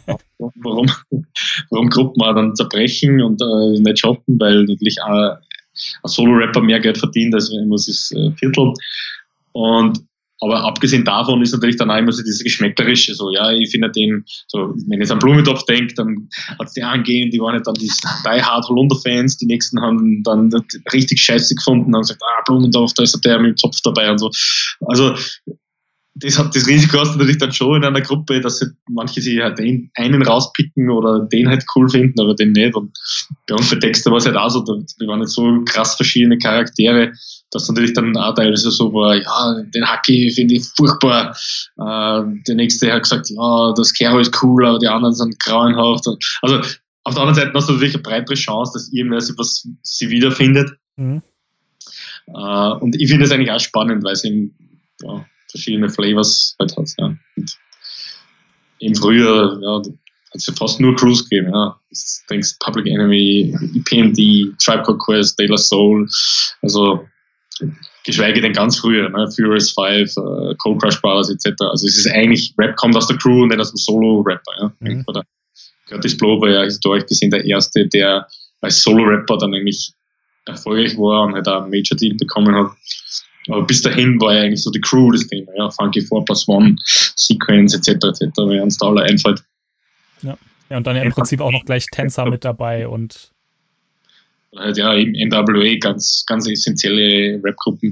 warum Gruppen auch dann zerbrechen und nicht schaffen, weil natürlich auch ein Solo-Rapper mehr Geld verdient, als wenn man es vierteln. Aber abgesehen davon ist natürlich dann auch immer so dieses Geschmäcklerische, so, ja, ich finde den, so, wenn ich jetzt an Blumentopf denke, dann hat es die angehen, die waren nicht dann die Die Hard Holunder-Fans, die nächsten haben dann richtig scheiße gefunden, haben gesagt, Blumentopf, da ist der mit dem Zopf dabei und so. Also, das Risiko hast du natürlich dann schon in einer Gruppe, dass halt manche sich halt einen rauspicken oder den halt cool finden, aber den nicht. Und bei uns bei Texter war es halt auch so, wir waren nicht so krass verschiedene Charaktere, dass natürlich dann auch teilweise so war, ja, den Haki finde ich furchtbar. Der nächste hat gesagt, ja, das Kero ist cool, aber die anderen sind grauenhaft. Also auf der anderen Seite hast du natürlich eine breitere Chance, dass irgendwer sie wiederfindet. Mhm. Und ich finde das eigentlich auch spannend, weil es eben, ja, verschiedene Flavors halt hat, ja. Und eben früher, ja, hat es ja fast nur Crews gegeben, ja. Du denkst Public Enemy, EPMD, Tribe Called Quest, De La Soul, also geschweige denn ganz früher, ne? Furious 5, Cold Crush Brothers etc. Also es ist eigentlich, Rap kommt aus der Crew und nicht aus dem Solo-Rapper, ja. Mhm. Der Curtis Blow war ja historisch gesehen der Erste, der als Solo-Rapper dann eigentlich erfolgreich war und halt auch einen Major-Deal bekommen hat. Aber bis dahin war ja eigentlich so die Crew das Thema, ja, Funky 4+1, Sequence etc., wenn uns da alle einfällt. Ja, und dann ja im Prinzip auch noch gleich Tänzer mit dabei und halt ja eben NWA, ganz, ganz essentielle Rap-Gruppen.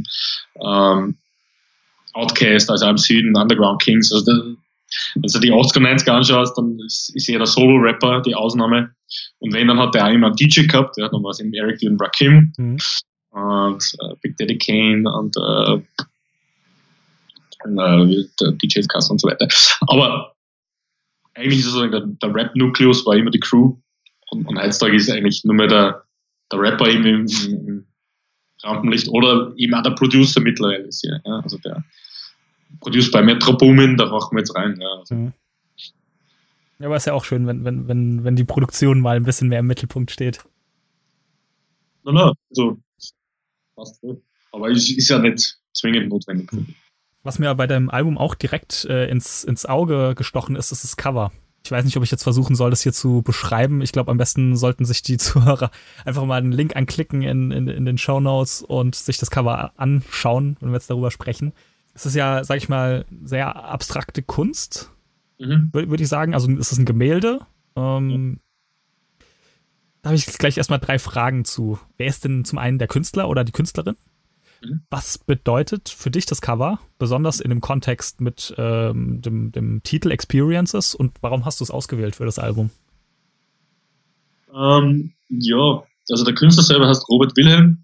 Outkast, also im Süden, Underground Kings, also wenn du die 80er, 90er anschaust, dann ist eher der Solo-Rapper die Ausnahme. Und wenn, dann hat der auch immer einen DJ gehabt, ja, dann war es eben Eric D. und Rakim. Mhm. Und Big Daddy Kane und der DJ's Kass und so weiter. Aber eigentlich sozusagen der Rap-Nukleus war immer die Crew und heutzutage ist eigentlich nur mehr der Rapper eben im Rampenlicht oder eben auch der Producer mittlerweile ist hier. Ja, also der Producer bei Metro Boomin, da machen wir jetzt rein. Ja, also. Ja, aber ist ja auch schön, wenn die Produktion mal ein bisschen mehr im Mittelpunkt steht. Na, also passt wohl. Aber es ist ja nicht zwingend notwendig. Was mir bei deinem Album auch direkt ins Auge gestochen ist das Cover. Ich weiß nicht, ob ich jetzt versuchen soll, das hier zu beschreiben. Ich glaube, am besten sollten sich die Zuhörer einfach mal einen Link anklicken in den Shownotes und sich das Cover anschauen, wenn wir jetzt darüber sprechen. Es ist ja, sag ich mal, sehr abstrakte Kunst, würde ich sagen. Also es ist ein Gemälde. Da habe ich jetzt gleich erstmal 3 Fragen zu. Wer ist denn zum einen der Künstler oder die Künstlerin? Was bedeutet für dich das Cover, besonders in dem Kontext mit dem Titel Experiences, und warum hast du es ausgewählt für das Album? Ja, also der Künstler selber heißt Robert Wilhelm.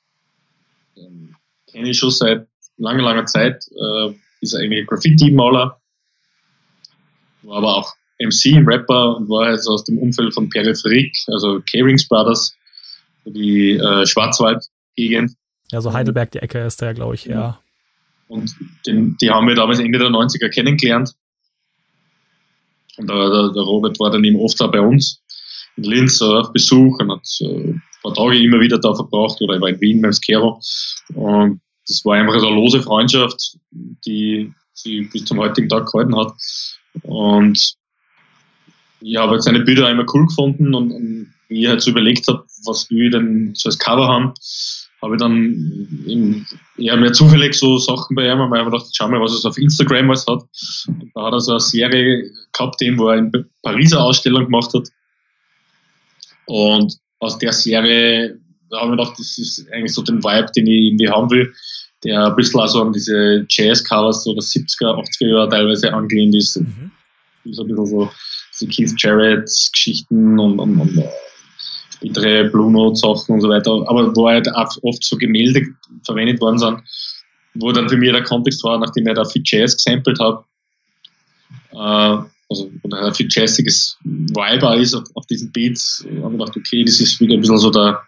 Kenne ich schon seit langer Zeit. Ist eigentlich ein Graffiti-Maler. War aber auch MC, Rapper und war jetzt aus dem Umfeld von Peripherik, also K-Rings Brothers, die Schwarzwald-Gegend. Ja, so Heidelberg, die Ecke ist der, glaube ich, eher. Und die haben wir damals Ende der 90er kennengelernt. Und der Robert war dann eben oft auch bei uns in Linz auf Besuch und hat ein paar Tage immer wieder da verbracht, oder er war in Wien beim Skero. Und das war einfach so eine lose Freundschaft, die sie bis zum heutigen Tag gehalten hat. Und ich habe jetzt seine Bilder immer cool gefunden und wie ich halt so überlegt habe, was will ich denn so als Cover haben, habe ich dann eher mehr zufällig so Sachen bei ihm, weil ich mir gedacht, schau mal, was er so auf Instagram alles hat. Und da hat er so eine Serie gehabt, wo er eine Pariser Ausstellung gemacht hat. Und aus der Serie, da habe ich mir gedacht, das ist eigentlich so den Vibe, den ich irgendwie haben will, der ein bisschen auch so an diese Jazz-Covers so der 70er, 80er Jahre teilweise angelehnt ist. Mhm. So ein bisschen so Keith Jarrett-Geschichten und spätere Blue Note-Sachen und so weiter, aber wo halt auch oft so Gemälde verwendet worden sind, wo dann für mich der Kontext war, nachdem ich da viel Jazz gesampelt habe, also oder ein viel jazziges Vibe ist auf diesen Beats, habe ich gedacht, okay, das ist wieder ein bisschen so der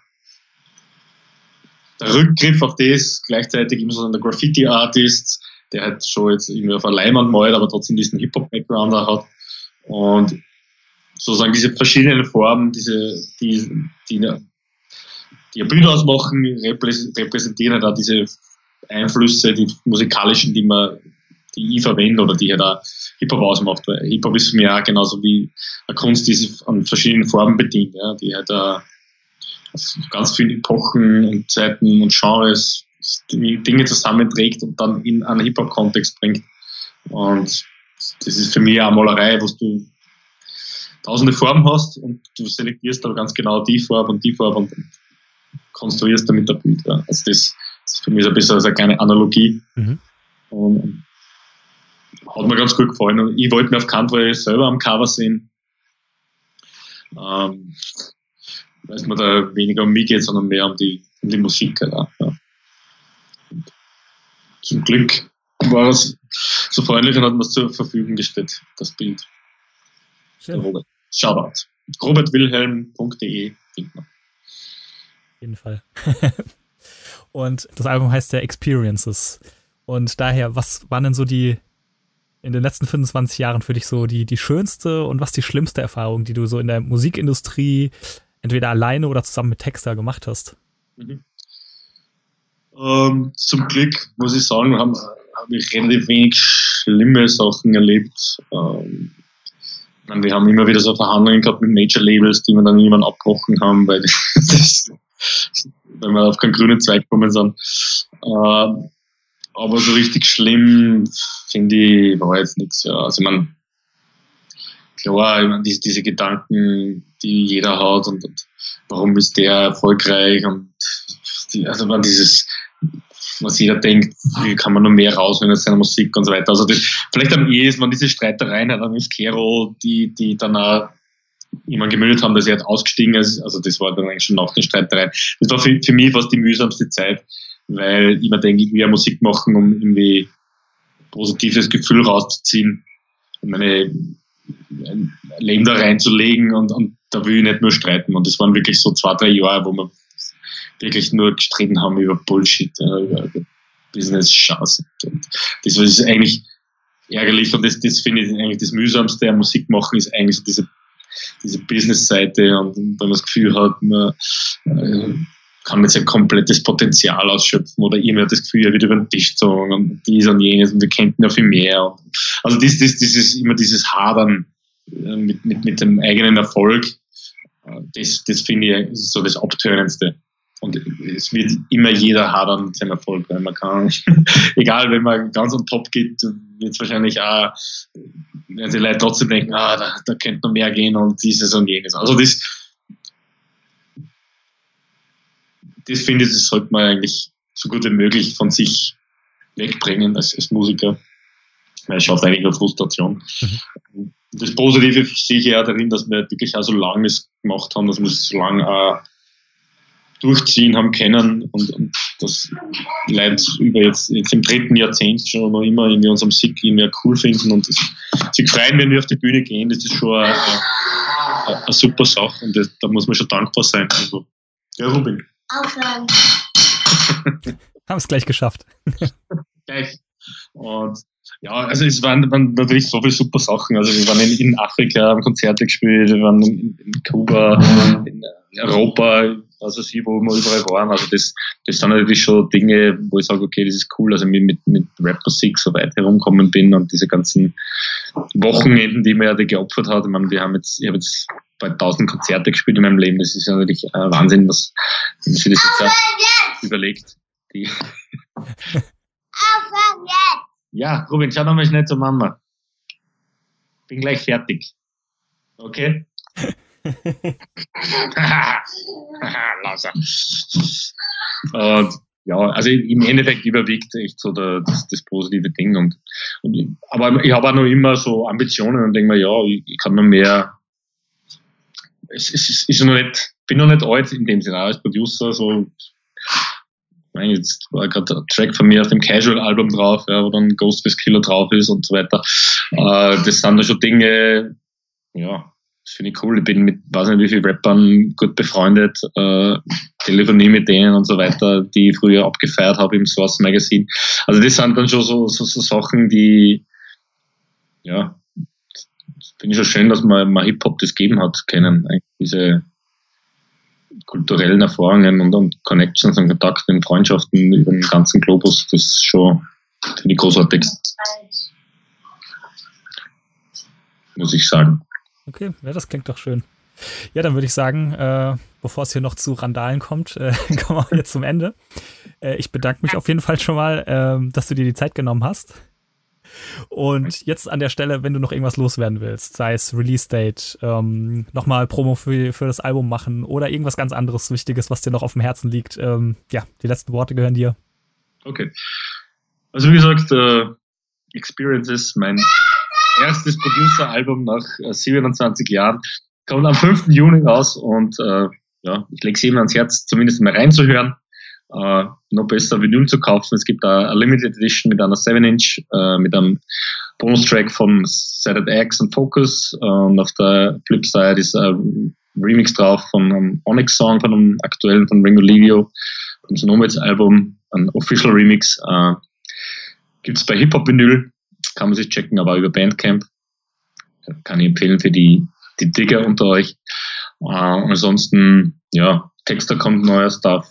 Rückgriff auf das, gleichzeitig immer so der Graffiti-Artist, der halt schon jetzt irgendwie auf einer Leinwand malt, aber trotzdem diesen Hip-Hop-Background auch hat. Und sozusagen diese verschiedenen Formen, die ein Bild ausmachen, repräsentieren halt auch diese Einflüsse, die musikalischen, die ich verwende oder die halt auch Hip-Hop ausmacht. Weil Hip-Hop ist für mich auch genauso wie eine Kunst, die sich an verschiedenen Formen bedient, ja, die halt aus ganz vielen Epochen und Zeiten und Genres die Dinge zusammenträgt und dann in einen Hip-Hop-Kontext bringt. Und das ist für mich auch Malerei, wo du tausende Farben hast und du selektierst aber ganz genau die Farbe und konstruierst damit ein Bild. Ja. Also das ist für mich so ein bisschen eine kleine Analogie. Mhm. Und hat mir ganz gut gefallen. Und ich wollte mir auf keinen Fall selber am Cover sehen. Weil es mir da weniger um mich geht, sondern mehr um die Musik. Ja. Zum Glück war es so freundlich und hat mir es zur Verfügung gestellt, das Bild. Robert. Shoutout. robertwilhelm.de findet man. Auf jeden Fall. Und das Album heißt ja Experiences. Und daher, was waren denn so in den letzten 25 Jahren für dich so die schönste und was die schlimmste Erfahrung, die du so in der Musikindustrie entweder alleine oder zusammen mit Texter gemacht hast? Mhm. Zum Glück, muss ich sagen, habe ich relativ wenig schlimme Sachen erlebt. Wir haben immer wieder so Verhandlungen gehabt mit Major-Labels, die wir dann irgendwann abgebrochen haben, weil wir auf keinen grünen Zweig gekommen sind. Aber so richtig schlimm, finde ich, war jetzt nichts. Ja. Also klar, diese Gedanken, die jeder hat und warum ist der erfolgreich und dieses, was jeder denkt, wie kann man noch mehr rausholen aus seiner Musik und so weiter. Also vielleicht am ehesten waren diese Streitereien halt mit Kero, die dann auch jemand gemündet haben, dass er halt ausgestiegen ist. Also das war dann eigentlich schon nach den Streitereien. Das war für mich fast die mühsamste Zeit, weil ich mir denke, ich will ja Musik machen, um irgendwie positives Gefühl rauszuziehen und mein Leben da reinzulegen und da will ich nicht nur streiten. Und das waren wirklich so 2-3 Jahre, wo wir wirklich nur gestritten haben über Bullshit, über Business-Scheiße. Und das ist eigentlich ärgerlich und das finde ich eigentlich das Mühsamste am Musik machen, ist eigentlich so diese Business-Seite und wenn man das Gefühl hat, man kann jetzt ein komplettes Potenzial ausschöpfen oder jemand hat das Gefühl, er wird über den Tisch gezogen und dies und jenes und wir könnten ja viel mehr. Also das ist immer dieses Hadern mit dem eigenen Erfolg. Das finde ich so das Abtönendste. Und es wird immer jeder hadern mit seinem Erfolg, weil man kann, egal, wenn man ganz on top geht, wird es wahrscheinlich auch, wenn die Leute trotzdem denken, da könnte noch mehr gehen und dieses und jenes. Also das finde ich, das sollte man eigentlich so gut wie möglich von sich wegbringen als Musiker. Weil es schafft eigentlich nur Frustration. Mhm. Das Positive sehe ich ja darin, dass wir wirklich auch so lange es gemacht haben, dass wir es so lange auch durchziehen haben können und das Leute über jetzt im 3. Jahrzehnt schon noch immer irgendwie unsere Musik irgendwie cool finden und sich freuen, wenn wir auf die Bühne gehen. Das ist schon eine super Sache und da muss man schon dankbar sein. Also, ja, Rubin. Aufladen. Haben es gleich geschafft. Gleich. Und ja, also es waren wirklich so viele super Sachen. Also wir waren in Afrika, haben Konzerte gespielt, wir waren in Kuba, in Europa, also sie, wo wir überall waren. Also das sind natürlich schon Dinge, wo ich sage, okay, das ist cool, also mit Rap-Musik so weit herumgekommen bin und diese ganzen Wochenenden, die mir ja geopfert hat. Ich meine, ich habe jetzt bald 1000 Konzerte gespielt in meinem Leben. Das ist ja natürlich Wahnsinn, was wenn man sich das jetzt auch überlegt. Ja, Ruben, schau doch mal schnell zur Mama. Bin gleich fertig. Okay? Lauser. Und ja, also im Endeffekt überwiegt echt so das positive Ding. Aber ich habe auch noch immer so Ambitionen und denke mir, ja, ich kann noch mehr. Ist noch nicht, bin noch nicht alt in dem Sinne, auch als Producer. So, jetzt war gerade ein Track von mir auf dem Casual-Album drauf, ja, wo dann Ghostface Killer drauf ist und so weiter. Das sind da schon Dinge, ja, das finde ich cool. Ich bin mit, weiß nicht wie vielen Rappern gut befreundet, Telefonie mit denen und so weiter, die ich früher abgefeiert habe im Source Magazine. Also das sind dann schon so Sachen, die, ja, finde ich schon schön, dass man Hip-Hop das gegeben hat, kennen, diese kulturellen Erfahrungen und Connections und Kontakte und Freundschaften über den ganzen Globus, das ist schon, finde ich, großartig. Muss ich sagen. Okay, ja, das klingt doch schön. Ja, dann würde ich sagen, bevor es hier noch zu Randalen kommt, kommen wir jetzt zum Ende. Ich bedanke mich auf jeden Fall schon mal, dass du dir die Zeit genommen hast. Und jetzt an der Stelle, wenn du noch irgendwas loswerden willst, sei es Release-Date, nochmal Promo für das Album machen oder irgendwas ganz anderes Wichtiges, was dir noch auf dem Herzen liegt. Ja, die letzten Worte gehören dir. Okay. Also wie gesagt, Experiences, mein erstes Producer-Album nach 27 Jahren, kommt am 5. Juni raus und ja, ich lege es jedem ans Herz, zumindest mal reinzuhören. Noch besser Vinyl zu kaufen. Es gibt eine Limited Edition mit einer 7-Inch, mit einem Bonustrack von Saturday X und Focus. Und auf der Flipside ist ein Remix drauf von einem Onyx-Song, von einem aktuellen von Ringo Livio, vom Sonomics-Album, ein Official Remix. Gibt es bei Hip-Hop-Vinyl, kann man sich checken, aber über Bandcamp. Kann ich empfehlen für die Digger unter euch. Ansonsten, ja, Texter kommt neuer Stuff.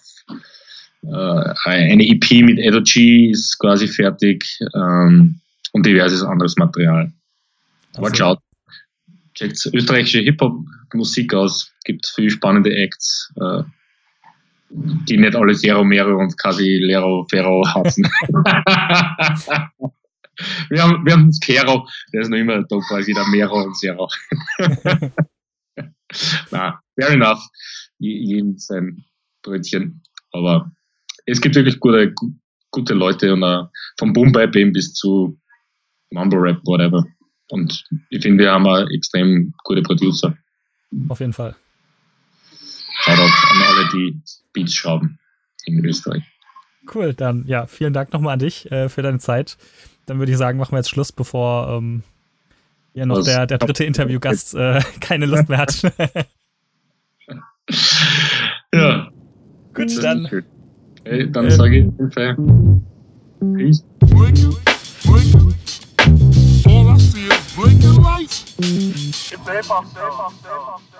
Eine EP mit Edo G ist quasi fertig und diverses anderes Material. Watch out. Checkt österreichische Hip-Hop-Musik aus. Gibt viele spannende Acts, die nicht alle Zero Mero und quasi Lero Ferro hassen. wir haben den Skero, der ist noch immer da quasi der Mero und Zero. Na, fair enough. Jeden sein Brötchen. Aber es gibt wirklich gute Leute und vom Boom-Bap bis zu Mumble-Rap, whatever. Und ich finde, wir haben extrem gute Producer. Auf jeden Fall. Shoutout an alle, die Beats schrauben in Österreich. Cool, dann ja, vielen Dank nochmal an dich für deine Zeit. Dann würde ich sagen, machen wir jetzt Schluss, bevor hier noch der dritte Interviewgast keine Lust mehr hat. Ja. Gut, dann. Okay, dann sage ich Peace. All I see is blinking lights. It's a hip-hop.